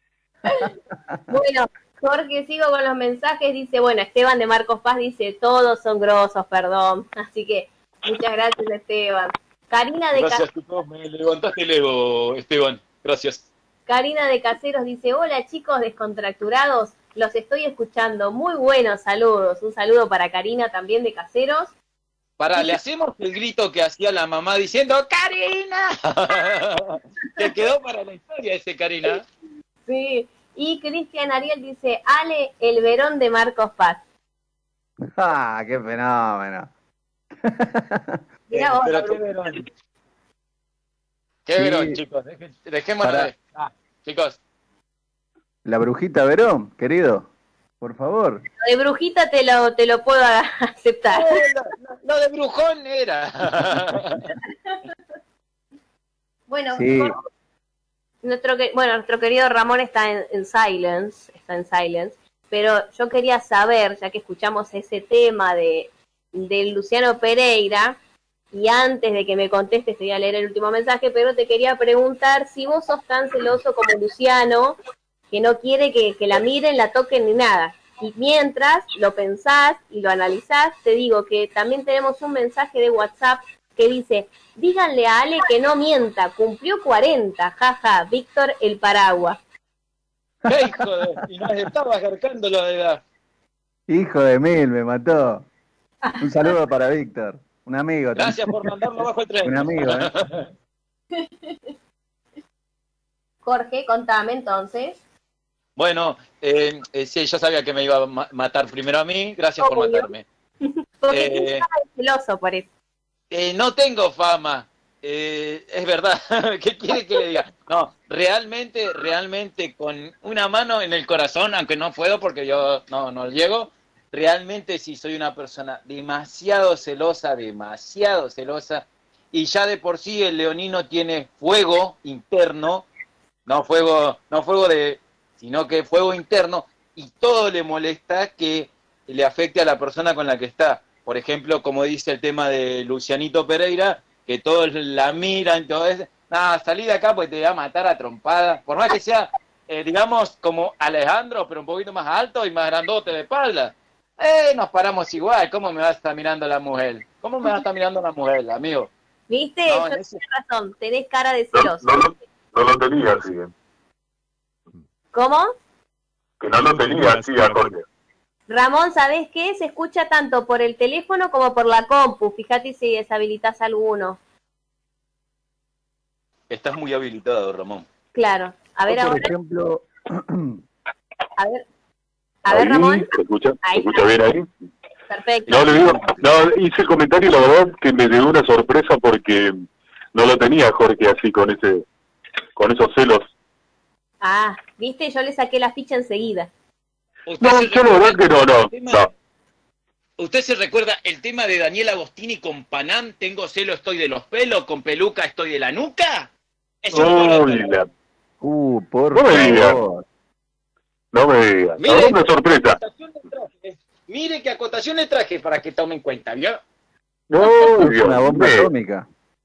Speaker 4: bueno, Jorge, sigo con los mensajes. Dice, bueno, Esteban de Marcos Paz dice, todos son grosos, perdón. Así que muchas gracias, Esteban. Karina de,
Speaker 3: Gracias, chicos, me levantaste el ego, Esteban. Gracias.
Speaker 4: Karina de Caseros dice, hola chicos descontracturados, los estoy escuchando. Muy buenos saludos. Un saludo para Karina también de Caseros.
Speaker 3: Le hacemos el grito que hacía la mamá diciendo ¡Karina! Que quedó para la historia ese Karina.
Speaker 4: Sí, y Cristian Ariel dice, Ale, el Verón de Marcos Paz.
Speaker 5: ¡Ah, qué fenómeno!
Speaker 4: Mirá vos,
Speaker 3: Pero qué Verón. Qué
Speaker 5: Sí.
Speaker 3: Verón, chicos. Dejémonos
Speaker 5: Para-
Speaker 3: de... chicos.
Speaker 5: La brujita Verón, querido, por favor.
Speaker 4: de brujita te lo puedo aceptar.
Speaker 3: Lo de brujón era.
Speaker 4: Bueno,
Speaker 5: Sí.
Speaker 4: nuestro querido Ramón está en silence, pero yo quería saber, ya que escuchamos ese tema de Luciano Pereira, y antes de que me contestes te voy a leer el último mensaje, pero te quería preguntar si vos sos tan celoso como Luciano, que no quiere que la miren, la toquen ni nada. Y mientras lo pensás y lo analizás, te digo que también tenemos un mensaje de WhatsApp que dice, díganle a Ale que no mienta, cumplió 40, jaja, Víctor el Paraguas.
Speaker 3: ¡Qué hijo de... Y nos estaba acercando lo de edad.
Speaker 5: Hijo de mil, me mató. Un saludo para Víctor, un amigo.
Speaker 3: Gracias por mandarlo bajo el tren.
Speaker 5: Un amigo,
Speaker 4: Jorge, contame entonces.
Speaker 3: Bueno, sí, yo sabía que me iba a matar primero a mí. Gracias por
Speaker 4: Obvio.
Speaker 3: matarme.
Speaker 4: Porque tienes cara de celoso por eso.
Speaker 3: No tengo fama. Es verdad. ¿Qué quiere que le diga? No, realmente con una mano en el corazón, aunque no puedo porque yo no llego, realmente sí soy una persona demasiado celosa, y ya de por sí el leonino tiene fuego interno, no fuego sino que fuego interno, y todo le molesta que le afecte a la persona con la que está. Por ejemplo, como dice el tema de Lucianito Pereira, que todos la miran, todo eso. Nada, salí de acá porque te voy a matar a trompada. Por más que sea, digamos, como Alejandro, pero un poquito más alto y más grandote de espalda. Nos paramos igual. ¿Cómo me va a estar mirando la mujer? ¿Cómo me va a estar mirando la mujer, amigo?
Speaker 4: ¿Viste?
Speaker 3: No,
Speaker 4: Yo
Speaker 3: en ese-
Speaker 4: tenés razón, tenés cara de celoso.
Speaker 6: No lo tenía así,
Speaker 4: ¿Cómo?
Speaker 6: que no lo tenía así a Jorge.
Speaker 4: Ramón, ¿sabés qué? Se escucha tanto por el teléfono como por la compu. Fíjate si deshabilitas alguno.
Speaker 3: Estás muy habilitado, Ramón.
Speaker 4: Claro. A ver
Speaker 5: Por
Speaker 4: ahora.
Speaker 5: ejemplo,
Speaker 4: A ver. A ver,
Speaker 6: Ahí,
Speaker 4: Ramón.
Speaker 6: ¿se escucha?
Speaker 4: Ahí
Speaker 6: ¿Se escucha bien ahí?
Speaker 4: Perfecto.
Speaker 6: No, le digo, no, hice el comentario, la verdad, que me dio una sorpresa porque no lo tenía Jorge así con esos celos.
Speaker 4: Ah, ¿viste? Yo le saqué la ficha enseguida.
Speaker 6: No, yo la verdad que no.
Speaker 3: ¿Usted se recuerda el tema de Daniel Agostini con Panam? Tengo celo, estoy de los pelos, con peluca, estoy de la nuca. Eso no
Speaker 6: Uy,
Speaker 3: lo-
Speaker 5: por
Speaker 6: No me digas.
Speaker 5: favor.
Speaker 6: no me digas.
Speaker 3: Mire,
Speaker 6: Ahora una sorpresa.
Speaker 3: acotación de traje. Mire qué acotación le traje para que tome en cuenta, ¿vio?
Speaker 6: No,
Speaker 5: Es
Speaker 6: Dios
Speaker 5: una bomba
Speaker 6: mío.
Speaker 5: atómica.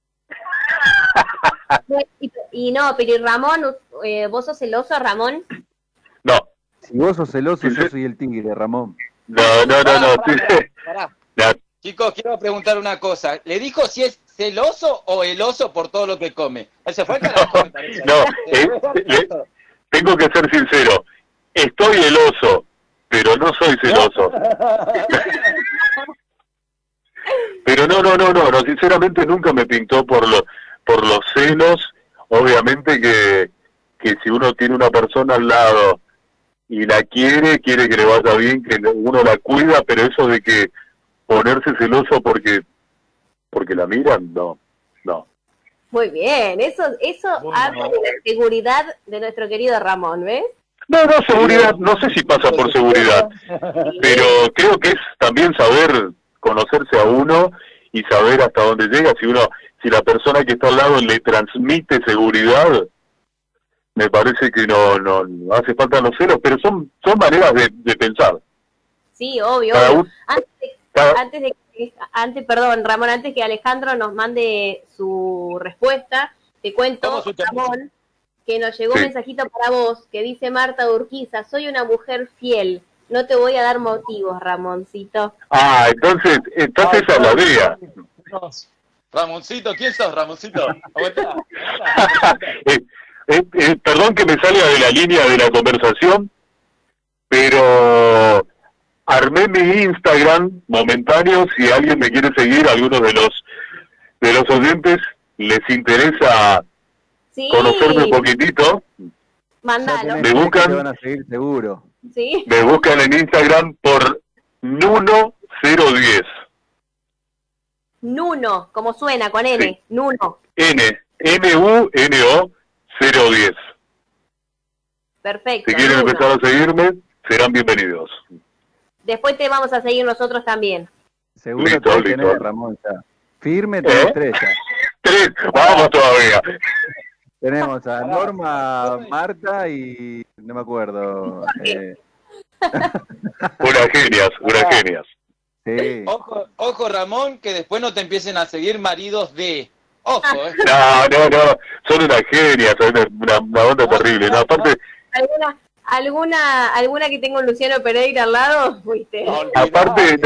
Speaker 4: Y no, pero ¿y Ramón? ¿Vos sos celoso, Ramón?
Speaker 6: No,
Speaker 5: Si vos sos celoso,
Speaker 6: Sí,
Speaker 5: yo
Speaker 6: sí.
Speaker 5: soy el tigre, Ramón.
Speaker 6: no.
Speaker 3: Pará.
Speaker 6: No.
Speaker 3: Chicos, quiero preguntar una cosa. ¿Le dijo si es celoso o el oso por todo lo que come? Se fue el carajo, me parece.
Speaker 6: No, tengo que ser sincero. Estoy el oso, pero no soy celoso. Pero no, sinceramente nunca me pintó por los celos. Obviamente que si uno tiene una persona al lado y la quiere que le vaya bien, que uno la cuida, pero eso de que ponerse celoso porque la miran, no.
Speaker 4: Muy bien, eso habla de la seguridad de nuestro querido Ramón, ¿ves?
Speaker 6: No, seguridad, no sé si pasa por seguridad, pero creo que es también saber conocerse a uno y saber hasta dónde llega. Si la persona que está al lado le transmite seguridad, me parece que no hace falta los celos, pero son maneras de pensar.
Speaker 4: Sí, obvio.
Speaker 6: Cada
Speaker 4: obvio.
Speaker 6: uno- cada-
Speaker 4: Perdón, Ramón, antes que Alejandro nos mande su respuesta, te cuento,
Speaker 3: Vamos, escuchamos.
Speaker 4: Ramón, que nos llegó
Speaker 6: Sí.
Speaker 4: un mensajito para vos que dice Marta Urquiza, soy una mujer fiel, no te voy a dar motivos, Ramoncito.
Speaker 6: entonces esa es la idea.
Speaker 3: Ramoncito, ¿quién sos, Ramoncito? Aguantá.
Speaker 6: Perdón que me salga de la línea de la conversación, pero armé mi Instagram momentáneo. Si alguien me quiere seguir, algunos de los oyentes les interesa
Speaker 4: Sí,
Speaker 6: conocerme un poquitito,
Speaker 4: mandalo.
Speaker 6: Me buscan.
Speaker 5: Te van a seguir seguro.
Speaker 4: Sí.
Speaker 6: me buscan en Instagram por Nuno010.
Speaker 4: Nuno, como suena, con N.
Speaker 6: Sí.
Speaker 4: Nuno.
Speaker 6: Nuno 010.
Speaker 4: Perfecto.
Speaker 6: Si quieren
Speaker 4: Nuno.
Speaker 6: empezar a seguirme, serán bienvenidos.
Speaker 4: Después te vamos a seguir nosotros también.
Speaker 5: Seguro
Speaker 6: Listo,
Speaker 5: te
Speaker 6: listo.
Speaker 5: tenés, Ramón, ya. Firme, tenés 3 ya.
Speaker 6: 3, vamos todavía.
Speaker 5: Tenemos a Norma, Marta y no me acuerdo.
Speaker 6: Unas genias.
Speaker 5: Sí.
Speaker 3: Ojo, Ramón, que después no te empiecen a seguir maridos de... Ojo,
Speaker 6: No, son unas genias, son una onda terrible. No, aparte,
Speaker 4: ¿Alguna que tenga un Luciano Pereira al lado? ¿Fuiste?
Speaker 6: aparte,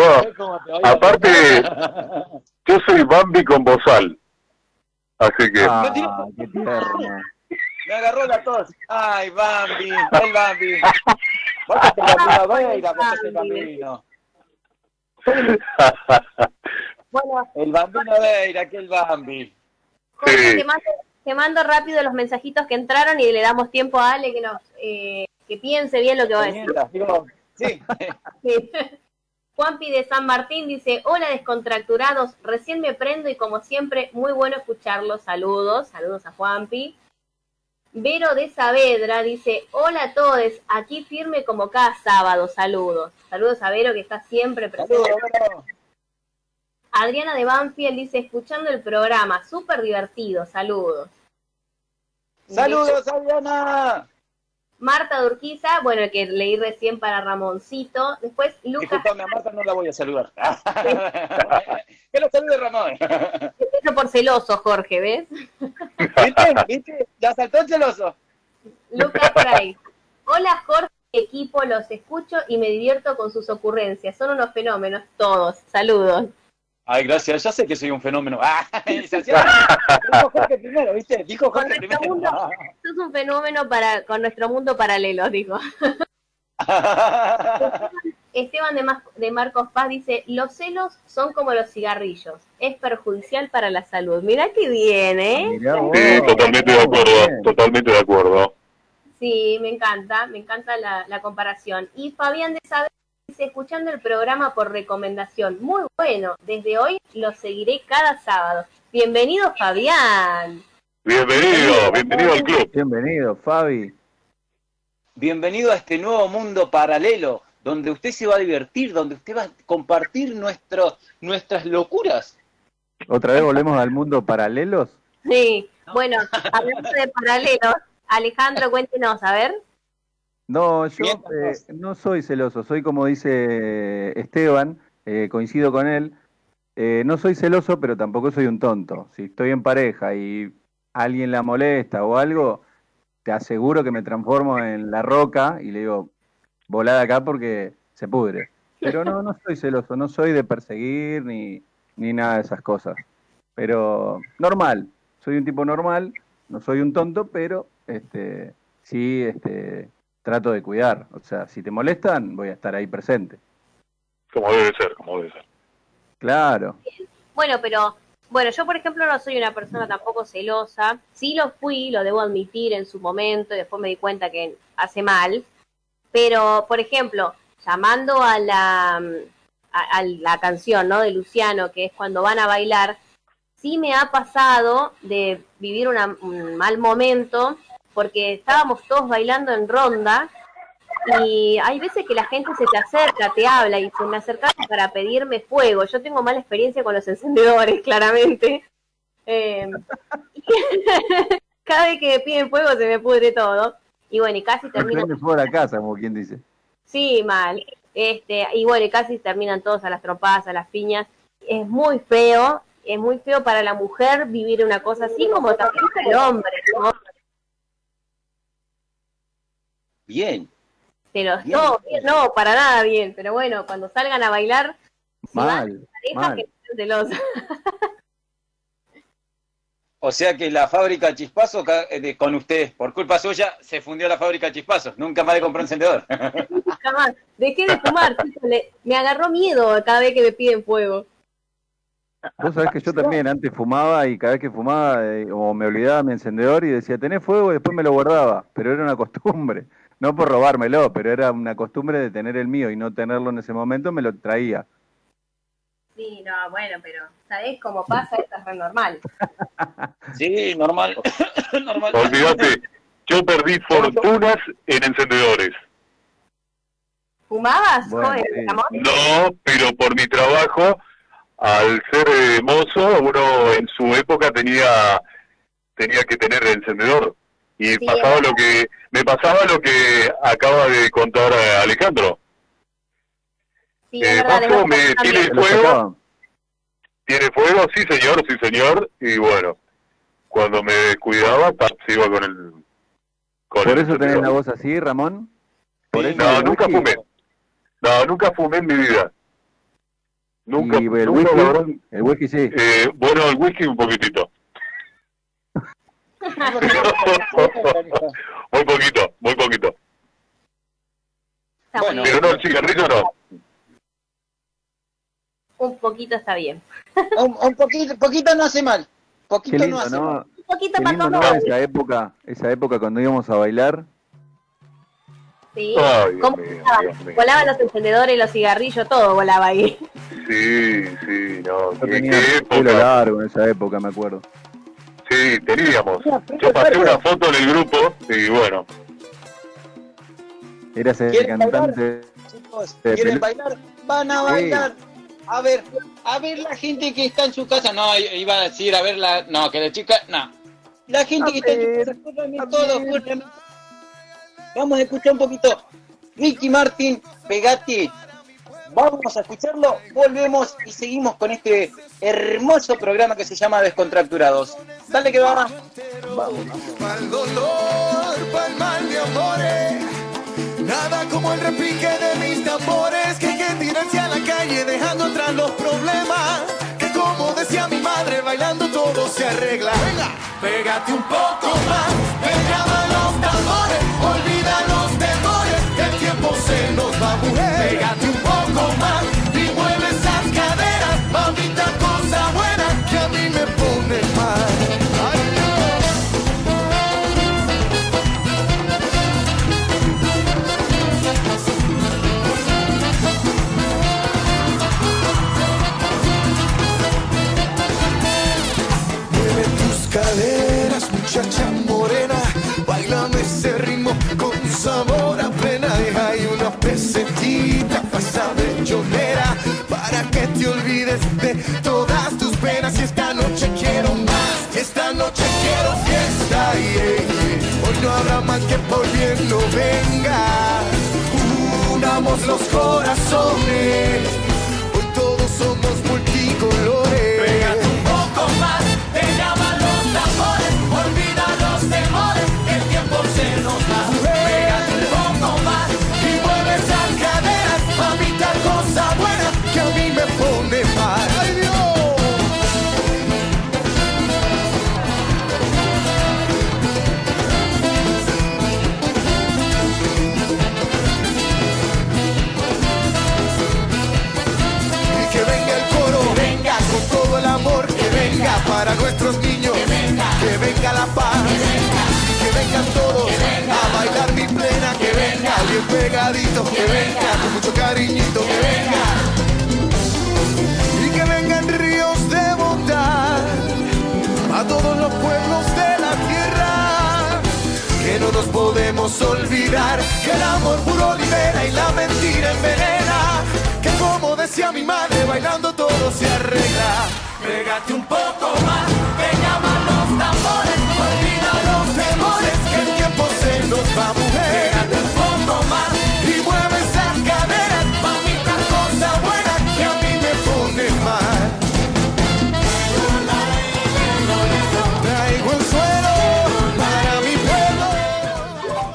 Speaker 6: yo soy Bambi con bozal. Así que...
Speaker 5: Ah, qué tierno.
Speaker 3: Me agarró la tos. Ay, Bambi, el Bambi. Bájate la Pereira, bájate el Bambino.
Speaker 4: Bueno,
Speaker 3: El Bambino Veira, que el Bambi.
Speaker 4: Jorge,
Speaker 6: Sí.
Speaker 4: te mando rápido los mensajitos que entraron y le damos tiempo a Ale que piense bien lo que va a decir.
Speaker 3: Mientras, digo, sí.
Speaker 4: Sí. Juanpi de San Martín dice, hola descontracturados, recién me prendo y como siempre, muy bueno escucharlos. Saludos a Juanpi. Vero de Saavedra dice, hola a todos, aquí firme como cada sábado, saludos. Saludos a Vero que está siempre presente.
Speaker 3: Saludos, Vero.
Speaker 4: Adriana de Banfield dice, escuchando el programa, súper divertido, saludos.
Speaker 3: Saludos, Adriana.
Speaker 4: Marta de Urquiza, bueno, el que leí recién para Ramoncito. Después Lucas,
Speaker 3: Disculpame, a Marta no la voy a saludar. Que lo salude Ramón.
Speaker 4: eso por celoso, Jorge, ¿ves?
Speaker 3: ¿Viste? Ya saltó el celoso.
Speaker 4: Lucas por ahí. Hola Jorge y equipo, los escucho y me divierto con sus ocurrencias. Son unos fenómenos todos. Saludos.
Speaker 3: Ay, gracias, ya sé que soy un fenómeno. Dijo Jorge primero, ¿viste? Dijo
Speaker 4: Con
Speaker 3: Jorge
Speaker 4: nuestro
Speaker 3: primero.
Speaker 4: mundo, sos un fenómeno con nuestro mundo paralelo, digo. Esteban de Marcos Paz dice, los celos son como los cigarrillos, es perjudicial para la salud. Mirá qué bien, ¿eh?
Speaker 5: Mirá vos.
Speaker 6: Sí, totalmente de acuerdo.
Speaker 4: Sí, me encanta la comparación. Y Fabián de Saavedra dice, escuchando el programa por recomendación, muy bueno, desde hoy lo seguiré cada sábado. Bienvenido, Fabián.
Speaker 6: Bienvenido al club.
Speaker 5: Bienvenido, Fabi.
Speaker 3: Bienvenido a este nuevo mundo paralelo, donde usted se va a divertir, donde usted va a compartir nuestras locuras.
Speaker 5: ¿Otra vez volvemos al mundo paralelos?
Speaker 4: Sí, bueno, hablando de paralelos, Alejandro, cuéntenos, a ver.
Speaker 5: No, yo
Speaker 3: Mientras-
Speaker 5: no soy celoso, soy como dice Esteban, coincido con él. No soy celoso, pero tampoco soy un tonto. Si estoy en pareja y alguien la molesta o algo, te aseguro que me transformo en la Roca y le digo, volá de acá porque se pudre. Pero no soy celoso, no soy de perseguir ni nada de esas cosas. Pero normal, soy un tipo normal, no soy un tonto, pero sí trato de cuidar. O sea, si te molestan, voy a estar ahí presente.
Speaker 6: Como debe ser.
Speaker 5: Claro.
Speaker 4: Bueno, yo por ejemplo no soy una persona tampoco celosa. Sí lo fui, lo debo admitir en su momento y después me di cuenta que hace mal. Pero, por ejemplo, llamando a la canción, ¿no? De Luciano, que es cuando van a bailar, sí me ha pasado de vivir un mal momento porque estábamos todos bailando en ronda y hay veces que la gente se te acerca, te habla y se me acercaron para pedirme fuego. Yo tengo mala experiencia con los encendedores, claramente. Cada vez que me piden fuego se me pudre todo. Y bueno, y casi termino...
Speaker 5: Prende fuego a la casa, como quien dice.
Speaker 4: Sí, mal. Y bueno, y casi terminan todos a las trompadas, a las piñas. Es muy feo para la mujer vivir una cosa así, como también para el hombre, ¿no?
Speaker 3: Bien.
Speaker 4: Pero
Speaker 3: Bien.
Speaker 4: no, para nada bien. Pero bueno, cuando salgan a bailar, si van
Speaker 5: Mal,
Speaker 4: en pareja,
Speaker 5: mal.
Speaker 4: que estén celosas.
Speaker 3: O sea que la fábrica Chispazos con usted, por culpa suya, se fundió la fábrica Chispazos. Nunca más le compró encendedor.
Speaker 4: Jamás. Dejé de fumar, chicos, me agarró miedo cada vez que me piden fuego.
Speaker 5: Vos sabés que yo también antes fumaba y cada vez que fumaba o me olvidaba mi encendedor y decía, ¿tenés fuego? Y después me lo guardaba, pero era una costumbre. No por robármelo, pero era una costumbre de tener el mío y no tenerlo en ese momento, me lo traía.
Speaker 4: Sí, no, bueno, pero ¿sabés cómo pasa? Esto es re normal.
Speaker 3: Sí, normal. Normal.
Speaker 6: Olvídate, yo perdí fortunas en encendedores.
Speaker 4: ¿Fumabas,
Speaker 5: Bueno,
Speaker 4: joven,
Speaker 5: sí.
Speaker 4: Ramón?
Speaker 6: No, pero por mi trabajo, al ser mozo, uno en su época tenía que tener el encendedor. Y
Speaker 4: Sí,
Speaker 6: me pasaba lo que acaba de contar Alejandro.
Speaker 4: Sí, es verdad,
Speaker 6: Mozo,
Speaker 4: también.
Speaker 6: ¿tiene
Speaker 5: Se lo
Speaker 6: fuego?
Speaker 5: sacaban.
Speaker 6: ¿Tiene fuego? Sí, señor. Y bueno, cuando me descuidaba, se iba con el...
Speaker 5: ¿Por
Speaker 6: el
Speaker 5: eso tenés
Speaker 6: encendedor.
Speaker 5: la voz así, Ramón? ¿Por
Speaker 3: Sí,
Speaker 5: eso
Speaker 6: No,
Speaker 5: el
Speaker 6: nunca
Speaker 5: whisky?
Speaker 6: fumé. No, nunca fumé en mi vida. Nunca,
Speaker 5: ¿Y el
Speaker 6: nunca,
Speaker 5: whisky?
Speaker 6: la verdad,
Speaker 5: El whisky sí.
Speaker 6: bueno, el whisky un poquitito. Muy poquito.
Speaker 4: Está
Speaker 3: Bueno,
Speaker 4: muy bien.
Speaker 6: Pero no, el cigarrillo no.
Speaker 4: Un poquito está bien.
Speaker 3: Un poquito no hace mal.
Speaker 5: Qué
Speaker 3: Poquito no
Speaker 5: lindo,
Speaker 3: hace mal.
Speaker 5: ¿no?
Speaker 4: Un poquito
Speaker 5: Qué
Speaker 4: para
Speaker 5: lindo, ¿no?
Speaker 4: comer.
Speaker 5: Esa época cuando íbamos a bailar.
Speaker 4: Sí.
Speaker 6: Ay, Dios
Speaker 4: ¿Cómo
Speaker 6: mío,
Speaker 4: volaban?
Speaker 6: Dios mío.
Speaker 4: Volaban los encendedores, los cigarrillos, todo volaba ahí.
Speaker 6: Sí, no.
Speaker 5: Yo
Speaker 6: ¿Qué
Speaker 5: tenía pelo
Speaker 6: época?
Speaker 5: largo en esa época, me acuerdo.
Speaker 6: Sí, teníamos. Yo pasé una foto en el grupo y bueno.
Speaker 5: Eras el
Speaker 3: ¿Quieren
Speaker 5: cantante.
Speaker 3: Chicos,
Speaker 5: de
Speaker 3: ¿quieren
Speaker 5: pelo-
Speaker 3: bailar? Van a
Speaker 5: Sí.
Speaker 3: bailar. A ver la gente que está en su casa. No, iba a decir, a ver la... No, que la chica... No. La gente que está en su casa, córranme todos, córranme. Vamos a escuchar un poquito. Ricky Martin, Pegati. Vamos a escucharlo, volvemos y seguimos con este hermoso programa que se llama Descontracturados. Dale que va.
Speaker 2: Pa'l dolor, pa'l mal de amores. Nada como el repique de mis tambores que tirarse a la calle dejando atrás los problemas. Que como decía mi madre, bailando todo se arregla. Venga, pégate un poco más, me llaman los tambores, olvida los temores, que el tiempo se nos va, mujer. Pégate un poco más y mueve esas caderas, mamita, cosa buena que a mí me pone mal. Ay, mueve tus caderas, muchacha morena, bailame ese ritmo con sabor a plena. Deja ahí una pesetita, pasa bellonera, para que te olvides de todas tus penas. Y esta noche quiero más, esta noche quiero fiesta. Hoy no habrá mal que por bien no venga. Unamos los corazones, hoy todos somos multicolores. Pégate un poco más, te llaman los tambores, olvida los temores, que el tiempo se nos va. Pégate un poco más y mueve esas caderas, mamita, cosa buena que a mí me pone mal. ¡Ay, Dios! Y que venga el coro, venga con todo el amor, que venga para nuestros niños, que venga la paz, y que vengan todos a bailar mi plena, que venga bien pegadito, que venga con mucho cariñito, que venga, y que vengan ríos de bondad a todos los pueblos de la tierra, que no nos podemos olvidar que el amor puro libera y la mentira envenena, que como decía mi madre, bailando todo se arregla. Pégate un poco más, que llaman los tambores, olvida los temores, que el tiempo se nos va, mujer. Pégate un poco más y mueve esas caderas, mamita, cosa buena que a mí me pone mal. Traigo el suelo para mi pueblo.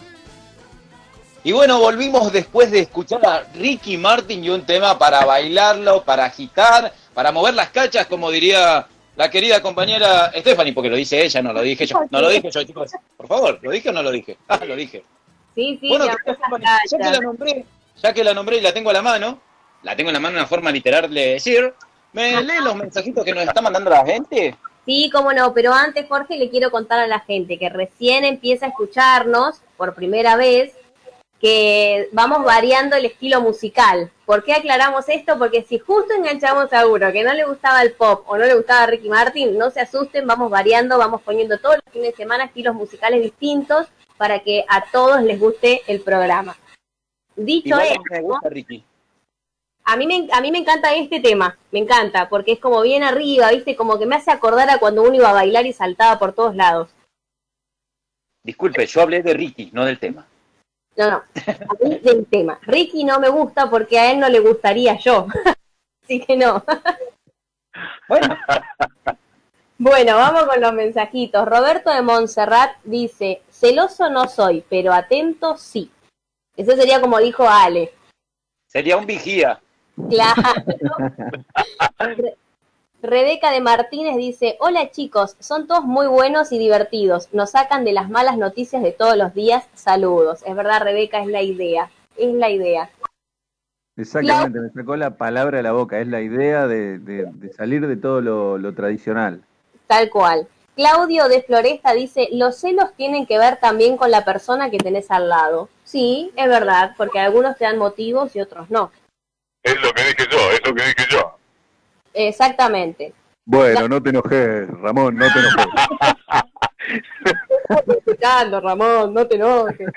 Speaker 3: Y bueno, volvimos después de escuchar a Ricky Martin y un tema para bailarlo, para agitar, para mover las cachas, como diría la querida compañera Stephanie, porque lo dice ella, no lo dije yo. No lo dije yo, chicos. Por favor, ¿lo dije o no lo dije? Ah, lo dije.
Speaker 4: Sí,
Speaker 3: Bueno,
Speaker 4: que
Speaker 3: querida Stephanie, ya que la nombré y la tengo en una forma literal de decir, ¿me lee los mensajitos que nos está mandando la gente?
Speaker 4: Sí, cómo no, pero antes, Jorge, le quiero contar a la gente que recién empieza a escucharnos por primera vez, que vamos variando el estilo musical. ¿Por qué aclaramos esto? Porque si justo enganchamos a uno que no le gustaba el pop o no le gustaba Ricky Martin, no se asusten, vamos variando, vamos poniendo todos los fines de semana estilos musicales distintos para que a todos les guste el programa. Dicho
Speaker 3: Igual
Speaker 4: esto,
Speaker 3: me gusta Ricky.
Speaker 4: a mí me encanta este tema, me encanta, porque es como bien arriba, ¿viste? Como que me hace acordar a cuando uno iba a bailar y saltaba por todos lados.
Speaker 3: Disculpe, yo hablé de Ricky, no del tema.
Speaker 4: No, a mí del tema. Ricky no me gusta porque a él no le gustaría yo. Así que no. Bueno, vamos con los mensajitos. Roberto de Montserrat dice, celoso no soy, pero atento sí. Eso sería como dijo Ale.
Speaker 3: Sería un vigía.
Speaker 4: Claro. Rebeca de Martínez dice, hola chicos, son todos muy buenos y divertidos, nos sacan de las malas noticias de todos los días, saludos. Es verdad, Rebeca, es la idea.
Speaker 5: Exactamente, me sacó la palabra de la boca, es la idea de salir de todo lo tradicional.
Speaker 4: Tal cual. Claudio de Floresta dice, los celos tienen que ver también con la persona que tenés al lado. Sí, es verdad, porque algunos te dan motivos y otros no.
Speaker 6: Es lo que dije yo.
Speaker 4: Exactamente.
Speaker 5: Bueno, no te enojes, Ramón, no te enojes.
Speaker 4: Estoy escuchando, Ramón, no te enojes.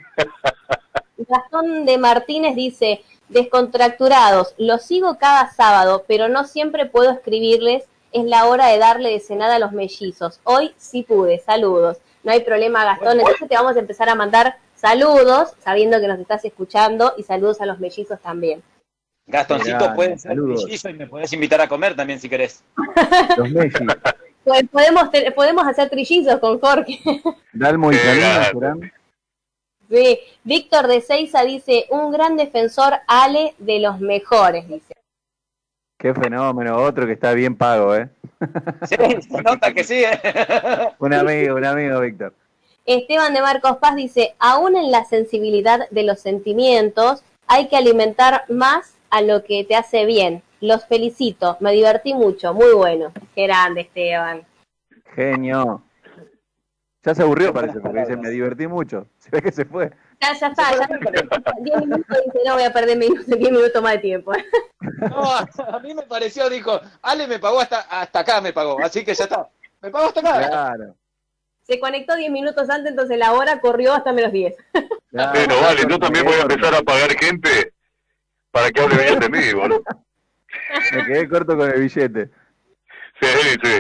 Speaker 4: Gastón de Martínez dice, descontracturados, los sigo cada sábado, pero no siempre puedo escribirles, es la hora de darle de cenada a los mellizos. Hoy sí pude, saludos. No hay problema, Gastón, entonces te vamos a empezar a mandar saludos, sabiendo que nos estás escuchando, y saludos a los mellizos también.
Speaker 3: Gastoncito, puedes ser mellizo y me puedes invitar a comer también si querés.
Speaker 5: Los mellizos.
Speaker 4: Pues podemos hacer trillizos con Jorge.
Speaker 5: Dalmo y Salina serán.
Speaker 4: Sí, Víctor de Seiza dice, un gran defensor, Ale, de los mejores, dice.
Speaker 5: Qué fenómeno, otro que está bien pago, ¿eh?
Speaker 3: Sí, se nota que sí, ¿eh?
Speaker 5: Un amigo, Víctor.
Speaker 4: Esteban de Marcos Paz dice, aún en la sensibilidad de los sentimientos, hay que alimentar más a lo que te hace bien. Los felicito, me divertí mucho, muy bueno. Qué grande, Esteban.
Speaker 5: Genio. Ya se aburrió, parece, porque dice, me divertí mucho. Se ve que se fue.
Speaker 4: Ya está, ya 10 minutos, dice, no voy a perder 10 minutos más de tiempo.
Speaker 3: No, a mí me pareció, dijo, Ale me pagó hasta acá, me pagó, así que ya está. Me pagó hasta acá.
Speaker 5: Claro.
Speaker 4: Se conectó 10 minutos antes, entonces la hora corrió hasta menos 10.
Speaker 5: Claro.
Speaker 6: Pero vale, yo también voy a empezar a pagar gente para que hable bien de mí, boludo.
Speaker 5: Me quedé corto con el billete.
Speaker 6: Sí.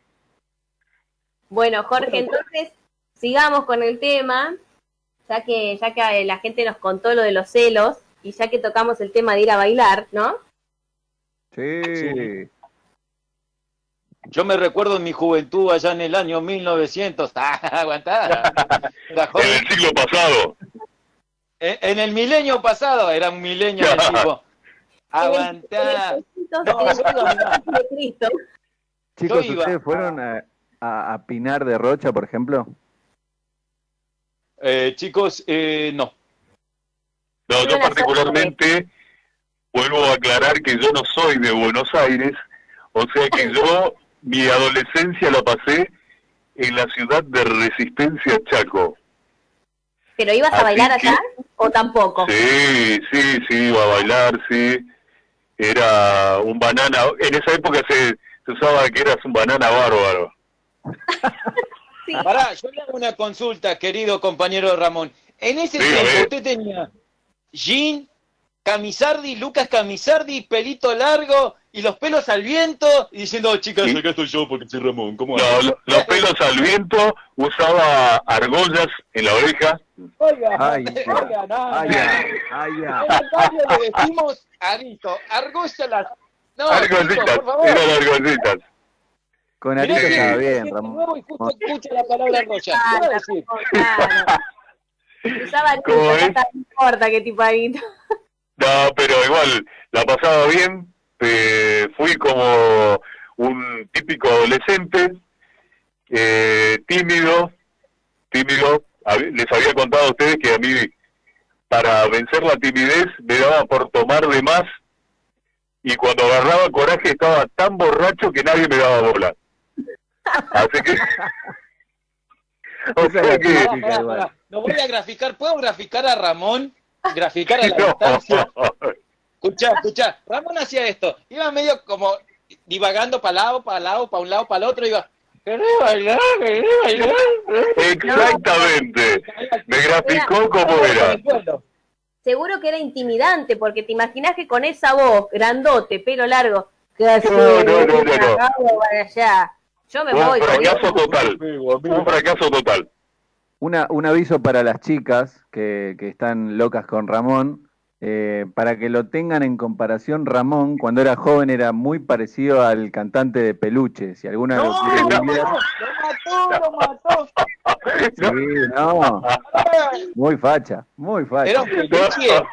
Speaker 4: Bueno, Jorge, entonces sigamos con el tema, ya que la gente nos contó lo de los celos y ya que tocamos el tema de ir a bailar, ¿no?
Speaker 5: Sí.
Speaker 3: Yo me recuerdo en mi juventud allá en el año 1900. Aguantá. Era joven.
Speaker 6: En el siglo pasado.
Speaker 3: En el milenio pasado, era un milenio de tipo. Aguantá.
Speaker 4: De Cristo.
Speaker 5: Chicos,
Speaker 3: Yo iba
Speaker 5: ¿ustedes fueron a Pinar de Rocha, por ejemplo?
Speaker 3: Chicos, no.
Speaker 6: No, yo particularmente vuelvo a aclarar que yo no soy de Buenos Aires, o sea que yo mi adolescencia la pasé en la ciudad de Resistencia, Chaco.
Speaker 4: ¿Pero ibas a bailar allá o tampoco?
Speaker 6: Sí, iba a bailar, sí. Era un banana, en esa época se usaba que eras un banana bárbaro.
Speaker 4: Sí.
Speaker 3: Pará, yo le hago una consulta, querido compañero Ramón. En ese tiempo usted tenía Jean, Camisardi, Lucas Camisardi, pelito largo y los pelos al viento, y diciendo, chicas, acá estoy yo porque soy Ramón. ¿Cómo
Speaker 6: no, los pelos al viento, usaba argollas en la oreja.
Speaker 3: Oiga,
Speaker 5: Ay,
Speaker 3: no.
Speaker 5: ya.
Speaker 3: En el barrio le decimos arito, argollas. No,
Speaker 6: Argollitas,
Speaker 3: chicos, por favor.
Speaker 6: eran argollitas.
Speaker 5: Con
Speaker 3: Mirá
Speaker 5: Arito
Speaker 3: que
Speaker 5: estaba
Speaker 3: viene
Speaker 5: bien,
Speaker 3: gente
Speaker 5: Ramón.
Speaker 3: nuevo y justo escucha la palabra argollas. ¿Qué va a decir?
Speaker 4: Claro. Usaba el
Speaker 6: ¿Cómo es?
Speaker 4: no importa qué tipo de arito.
Speaker 6: No, pero igual, la pasaba bien. Fui como un típico adolescente, tímido. Les había contado a ustedes que a mí, para vencer la timidez, me daba por tomar de más, y cuando agarraba coraje estaba tan borracho que nadie me daba bola. Así que...
Speaker 5: Esa es la típica, igual.
Speaker 3: No voy a graficar, ¿puedo graficar a Ramón? Graficar a la distancia. Escuchá, Ramón hacía esto, iba medio como divagando para un lado, para el otro, iba... ¿Querés bailar?
Speaker 6: Exactamente. Me graficó como era.
Speaker 4: Seguro que era intimidante, porque te imaginas que con esa voz, grandote, pelo largo, que así,
Speaker 6: No.
Speaker 4: para allá. Yo me voy.
Speaker 6: Un fracaso total.
Speaker 5: Un aviso para las chicas que están locas con Ramón, para que lo tengan en comparación. Ramón, cuando era joven, era muy parecido al cantante de Peluche. Si alguna lo quiere googlear.
Speaker 3: Lo mató.
Speaker 5: Sí, no. Muy facha.
Speaker 3: Era un Peluche.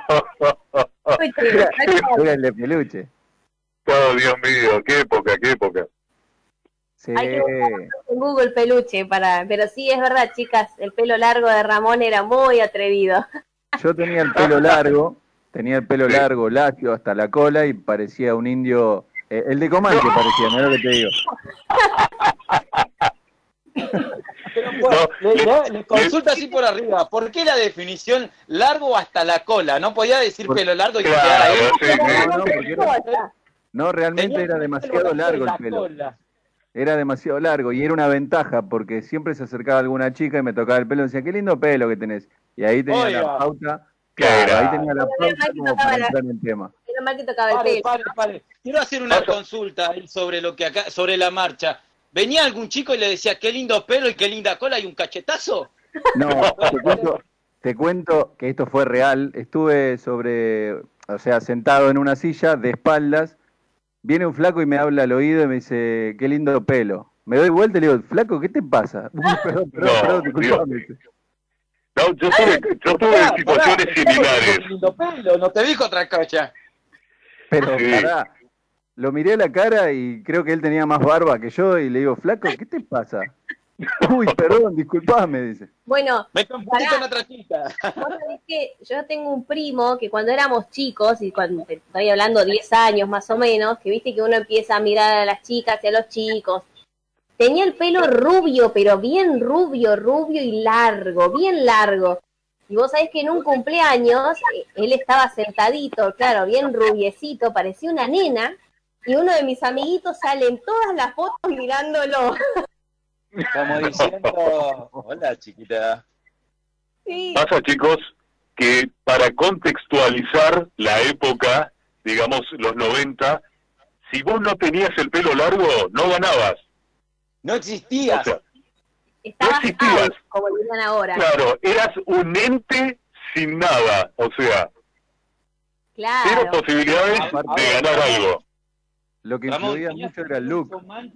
Speaker 5: Era el de Peluche.
Speaker 6: Oh, Dios mío, qué época.
Speaker 5: Sí.
Speaker 4: Hay que buscar en Google Peluche pero sí, es verdad, chicas, el pelo largo de Ramón era muy atrevido.
Speaker 5: Yo tenía el pelo largo, lacio hasta la cola, y parecía un indio, el de Comanche parecía, no es lo que te digo.
Speaker 3: Pero pues, le consulta así por arriba, ¿por qué la definición largo hasta la cola? ¿No podía decir pelo largo y que quedara ahí?
Speaker 5: No, realmente era demasiado largo el pelo. Era demasiado largo y era una ventaja, porque siempre se acercaba alguna chica y me tocaba el pelo y decía, qué lindo pelo que tenés. Y ahí tenía la pauta. Claro, ahí tenía la pauta como para entrar en el tema.
Speaker 4: Era mal que tocaba el pelo.
Speaker 3: Pare. Quiero hacer una consulta ahí sobre la marcha. ¿Venía algún chico y le decía, qué lindo pelo y qué linda cola y un cachetazo?
Speaker 5: No, te cuento que esto fue real. Estuve sentado en una silla, de espaldas. Viene un flaco y me habla al oído y me dice, qué lindo pelo. Me doy vuelta y le digo, flaco, ¿qué te pasa? Perdón, disculpame.
Speaker 6: No, yo tuve situaciones similares.
Speaker 3: Lindo pelo, no te dijo otra cosa.
Speaker 5: Pero
Speaker 6: Sí.
Speaker 5: pará, lo miré a la cara y creo que él tenía más barba que yo y le digo, flaco, ¿qué te pasa? Uy, perdón, disculpame, dice.
Speaker 4: Bueno,
Speaker 3: Me confundí con otra chica.
Speaker 4: vos sabés que yo tengo un primo que cuando éramos chicos, y cuando te estoy hablando 10 años más o menos, que viste que uno empieza a mirar a las chicas y a los chicos, tenía el pelo rubio, pero bien rubio y largo, bien largo. Y vos sabés que en un cumpleaños, él estaba sentadito, claro, bien rubiecito, parecía una nena, y uno de mis amiguitos sale en todas las fotos mirándolo.
Speaker 3: Como diciendo, hola chiquita.
Speaker 4: Sí.
Speaker 6: Pasa, chicos, que para contextualizar la época, digamos los 90, si vos no tenías el pelo largo, no ganabas.
Speaker 3: No existías.
Speaker 6: O sea,
Speaker 4: Estabas
Speaker 6: no existías.
Speaker 4: out, como dirían ahora.
Speaker 6: Claro, eras un ente sin nada, o sea, cero
Speaker 4: Claro.
Speaker 6: posibilidades de ganar algo.
Speaker 5: Lo que
Speaker 3: Ramón,
Speaker 5: influía
Speaker 3: tenías
Speaker 5: mucho era el look.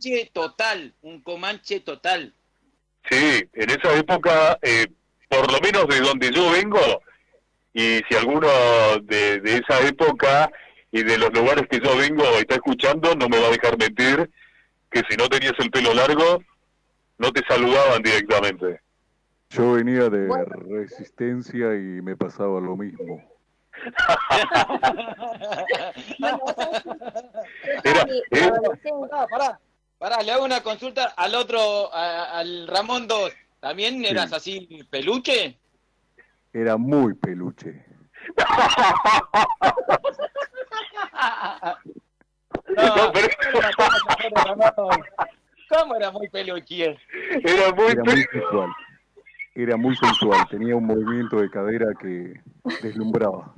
Speaker 3: un comanche total.
Speaker 6: Sí, en esa época, por lo menos de donde yo vengo, y si alguno de esa época y de los lugares que yo vengo está escuchando, no me va a dejar mentir, que si no tenías el pelo largo, no te saludaban directamente.
Speaker 5: Yo venía de Resistencia y me pasaba lo mismo.
Speaker 4: Bueno, vos sabés que yo
Speaker 6: Era-
Speaker 4: estaba en adolescencia.
Speaker 3: Pará, le hago una consulta al otro, al Ramón 2. ¿También eras así peluche?
Speaker 5: Era muy peluche.
Speaker 6: No, pero-
Speaker 3: ¿Cómo era muy peluche?
Speaker 6: Era muy
Speaker 5: Era muy sensual. Era muy sensual. Tenía un movimiento de cadera que deslumbraba.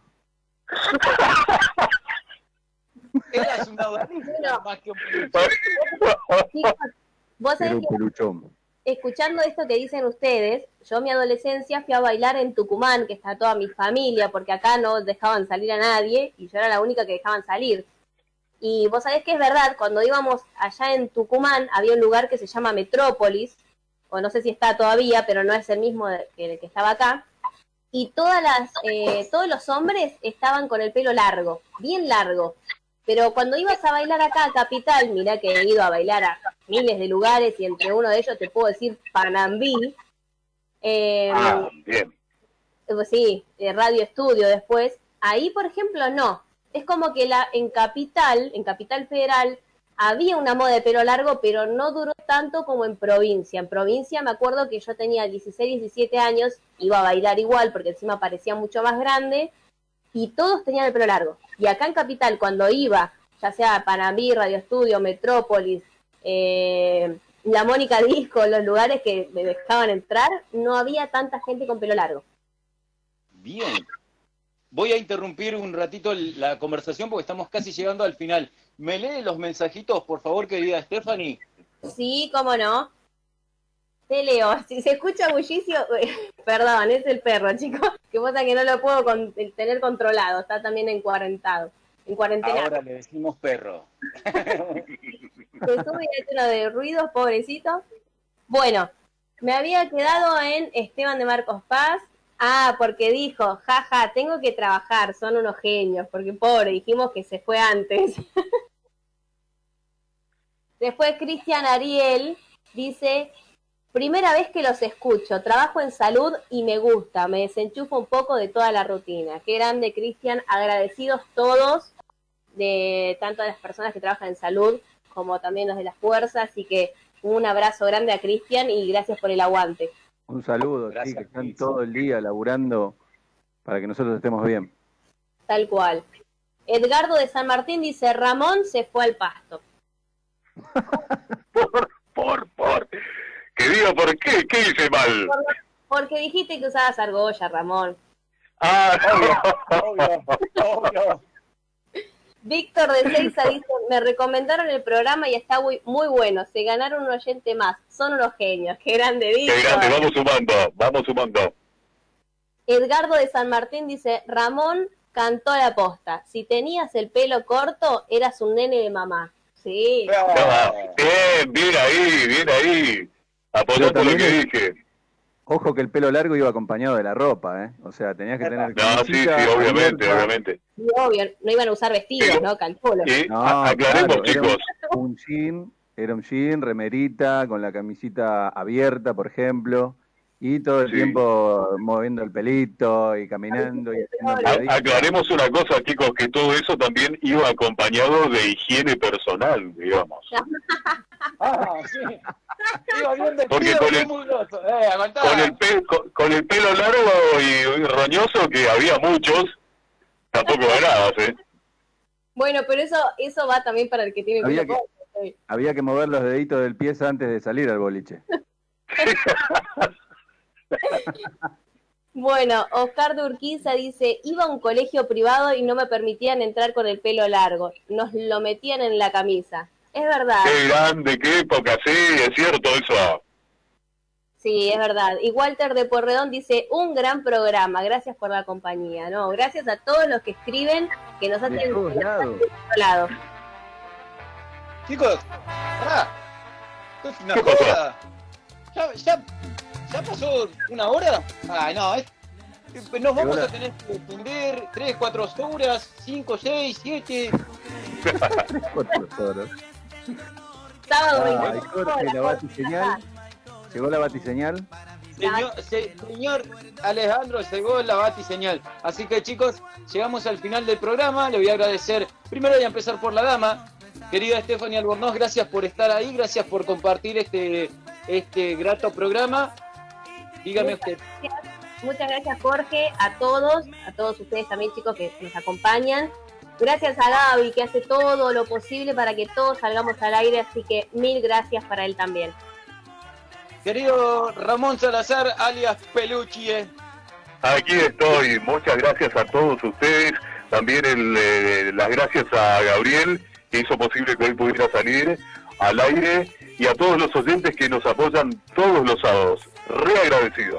Speaker 3: Eras un adolescente
Speaker 4: Bueno.
Speaker 3: más que un peluche.
Speaker 4: Chicos, vos
Speaker 5: Era
Speaker 4: sabés
Speaker 5: un
Speaker 4: que
Speaker 5: peluchón.
Speaker 4: escuchando esto que dicen ustedes, yo en mi adolescencia fui a bailar en Tucumán, que está toda mi familia, porque acá no dejaban salir a nadie y yo era la única que dejaban salir. Y vos sabés que es verdad, cuando íbamos allá en Tucumán había un lugar que se llama Metrópolis, o no sé si está todavía, pero no es el mismo que el que estaba acá. Y todos los hombres estaban con el pelo largo, bien largo. Pero cuando ibas a bailar acá a Capital, mirá que he ido a bailar a miles de lugares y entre uno de ellos te puedo decir Panambí.
Speaker 6: Bien.
Speaker 4: Pues sí, Radio Estudio después. Ahí, por ejemplo, no. Es como que en Capital Federal, había una moda de pelo largo, pero no duró tanto como en provincia. En provincia me acuerdo que yo tenía 16, 17 años, iba a bailar igual porque encima parecía mucho más grande y todos tenían el pelo largo. Y acá en Capital, cuando iba, ya sea Panamí, Radio Estudio, Metrópolis, La Mónica Disco, los lugares que me dejaban entrar, no había tanta gente con pelo largo.
Speaker 3: Bien. Voy a interrumpir un ratito la conversación porque estamos casi llegando al final. ¿Me lee los mensajitos, por favor, querida Stephanie?
Speaker 4: Sí, cómo no. Te leo. Si se escucha bullicio, perdón, es el perro, chicos. Que pasa que no lo puedo tener controlado. Está también en cuarentena.
Speaker 3: Ahora le decimos perro.
Speaker 4: Se sube lleno de ruidos, pobrecito. Bueno, me había quedado en Esteban de Marcos Paz. Porque dijo, jaja, tengo que trabajar, son unos genios, porque pobre, dijimos que se fue antes. Después Cristian Ariel dice, primera vez que los escucho, trabajo en salud y me gusta, me desenchufo un poco de toda la rutina. Qué grande, Cristian, agradecidos todos, de tanto a las personas que trabajan en salud, como también los de las fuerzas, así que un abrazo grande a Cristian y gracias por el aguante.
Speaker 5: Un saludo,
Speaker 3: Gracias,
Speaker 5: sí, que están
Speaker 3: Cris.
Speaker 5: todo el día laburando para que nosotros estemos bien.
Speaker 4: Tal cual. Edgardo de San Martín dice, Ramón se fue al pasto.
Speaker 6: Por. Que diga por qué. ¿Qué hice mal?
Speaker 4: Porque dijiste que usabas argolla, Ramón.
Speaker 3: Obvio.
Speaker 4: Víctor de Seiza dice, me recomendaron el programa y está muy, muy bueno. Se ganaron un oyente más. Son unos genios. Qué grande, Víctor.
Speaker 6: Qué grande, vamos sumando.
Speaker 4: Edgardo de San Martín dice, Ramón cantó la posta. Si tenías el pelo corto, eras un nene de mamá. Sí.
Speaker 6: Bien ahí. Apoyando lo que dije.
Speaker 5: Ojo que el pelo largo iba acompañado de la ropa, ¿eh? O sea, tenías que tener...
Speaker 6: No, sí, obviamente.
Speaker 4: Sí, obvio, no iban a usar vestidos, ¿no? Calculo.
Speaker 6: Sí,
Speaker 5: No,
Speaker 6: aclaremos,
Speaker 5: claro,
Speaker 6: chicos.
Speaker 5: Era un jean, remerita, con la camisita abierta, por ejemplo, y todo el tiempo moviendo el pelito y caminando y haciendo pegadillas.
Speaker 6: Aclaremos una cosa, chicos, que todo eso también iba acompañado de higiene personal, digamos.
Speaker 3: Sí. Iba bien vestido,
Speaker 6: Porque con el-
Speaker 3: muy grosso.
Speaker 6: Con el pelo largo y roñoso, que había muchos, tampoco ganabas, ¿eh?
Speaker 4: Bueno, pero eso va también para el que tiene
Speaker 5: Había
Speaker 4: pelo corto.
Speaker 5: Había que mover los deditos del pie antes de salir al boliche.
Speaker 4: Bueno, Oscar de Urquiza dice, iba a un colegio privado y no me permitían entrar con el pelo largo. Nos lo metían en la camisa. Es verdad.
Speaker 6: Qué grande, qué época, sí, es cierto eso.
Speaker 4: Sí, es verdad. Y Walter de Porredón dice, un gran programa, gracias por la compañía. No, gracias a todos los que escriben, que nos hacen
Speaker 5: De todos lados.
Speaker 4: lados.
Speaker 3: Chicos, pará. Esto es una
Speaker 6: ¿Qué pasó?
Speaker 3: joda. ¿Ya pasó una hora? No, nos vamos a tener que extender 3, 4 horas, 5, 6, 7.
Speaker 4: Sábado
Speaker 5: Ay,
Speaker 4: 24
Speaker 5: Jorge,
Speaker 4: horas,
Speaker 5: la batiseñal. ¿Llegó la batiseñal?
Speaker 3: Señor Alejandro, llegó la batiseñal. Así que, chicos, llegamos al final del programa. Le voy a agradecer. Primero voy a empezar por la dama. Querida Stephanie Albornoz, gracias por estar ahí. Gracias por compartir este grato programa. Dígame usted.
Speaker 4: Muchas gracias, Jorge, a todos ustedes también, chicos, que nos acompañan. Gracias a Gaby, que hace todo lo posible para que todos salgamos al aire, así que mil gracias para él también.
Speaker 3: Querido Ramón Salazar, alias Peluchie.
Speaker 6: Aquí estoy, muchas gracias a todos ustedes, también las gracias a Gabriel, que hizo posible que hoy pudiera salir al aire, y a todos los oyentes que nos apoyan todos los sábados. Re agradecido.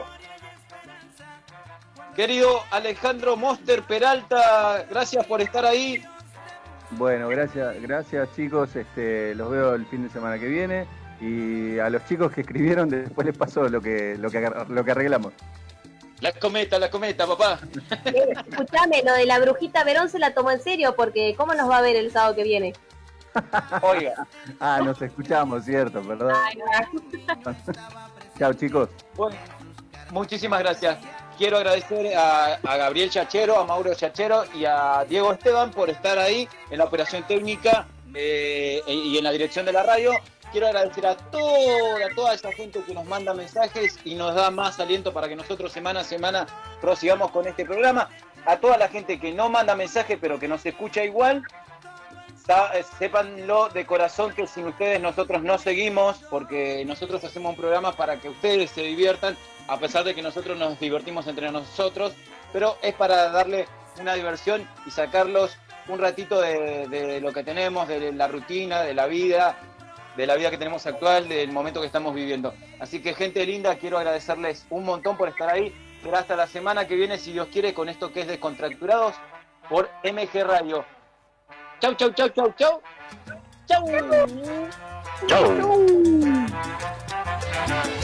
Speaker 3: Querido Alejandro Monster Peralta, gracias por estar ahí.
Speaker 5: Bueno, gracias chicos, los veo el fin de semana que viene, y a los chicos que escribieron después les paso lo que arreglamos.
Speaker 3: La cometa, papá.
Speaker 4: Escuchame, lo de la brujita Verón se la tomó en serio, porque ¿cómo nos va a ver el sábado que viene?
Speaker 3: Oiga.
Speaker 5: Ah, nos escuchamos, cierto, perdón.
Speaker 4: Ay, no.
Speaker 5: Chao, chicos.
Speaker 3: Bueno, muchísimas gracias. Quiero agradecer a Gabriel Chachero, a Mauro Chachero y a Diego Esteban por estar ahí en la operación técnica y en la dirección de la radio. Quiero agradecer a toda esa gente que nos manda mensajes y nos da más aliento para que nosotros semana a semana prosigamos con este programa. A toda la gente que no manda mensajes pero que nos escucha igual, sépanlo de corazón que sin ustedes nosotros no seguimos, porque nosotros hacemos un programa para que ustedes se diviertan, a pesar de que nosotros nos divertimos entre nosotros, pero es para darle una diversión y sacarlos un ratito de lo que tenemos, de la rutina, de la vida que tenemos actual, del momento que estamos viviendo. Así que, gente linda, quiero agradecerles un montón por estar ahí. Será hasta la semana que viene, si Dios quiere, con esto que es Descontracturados por MG Radio. Chau, chau, chau, chau, chau. Chau.
Speaker 6: Chau.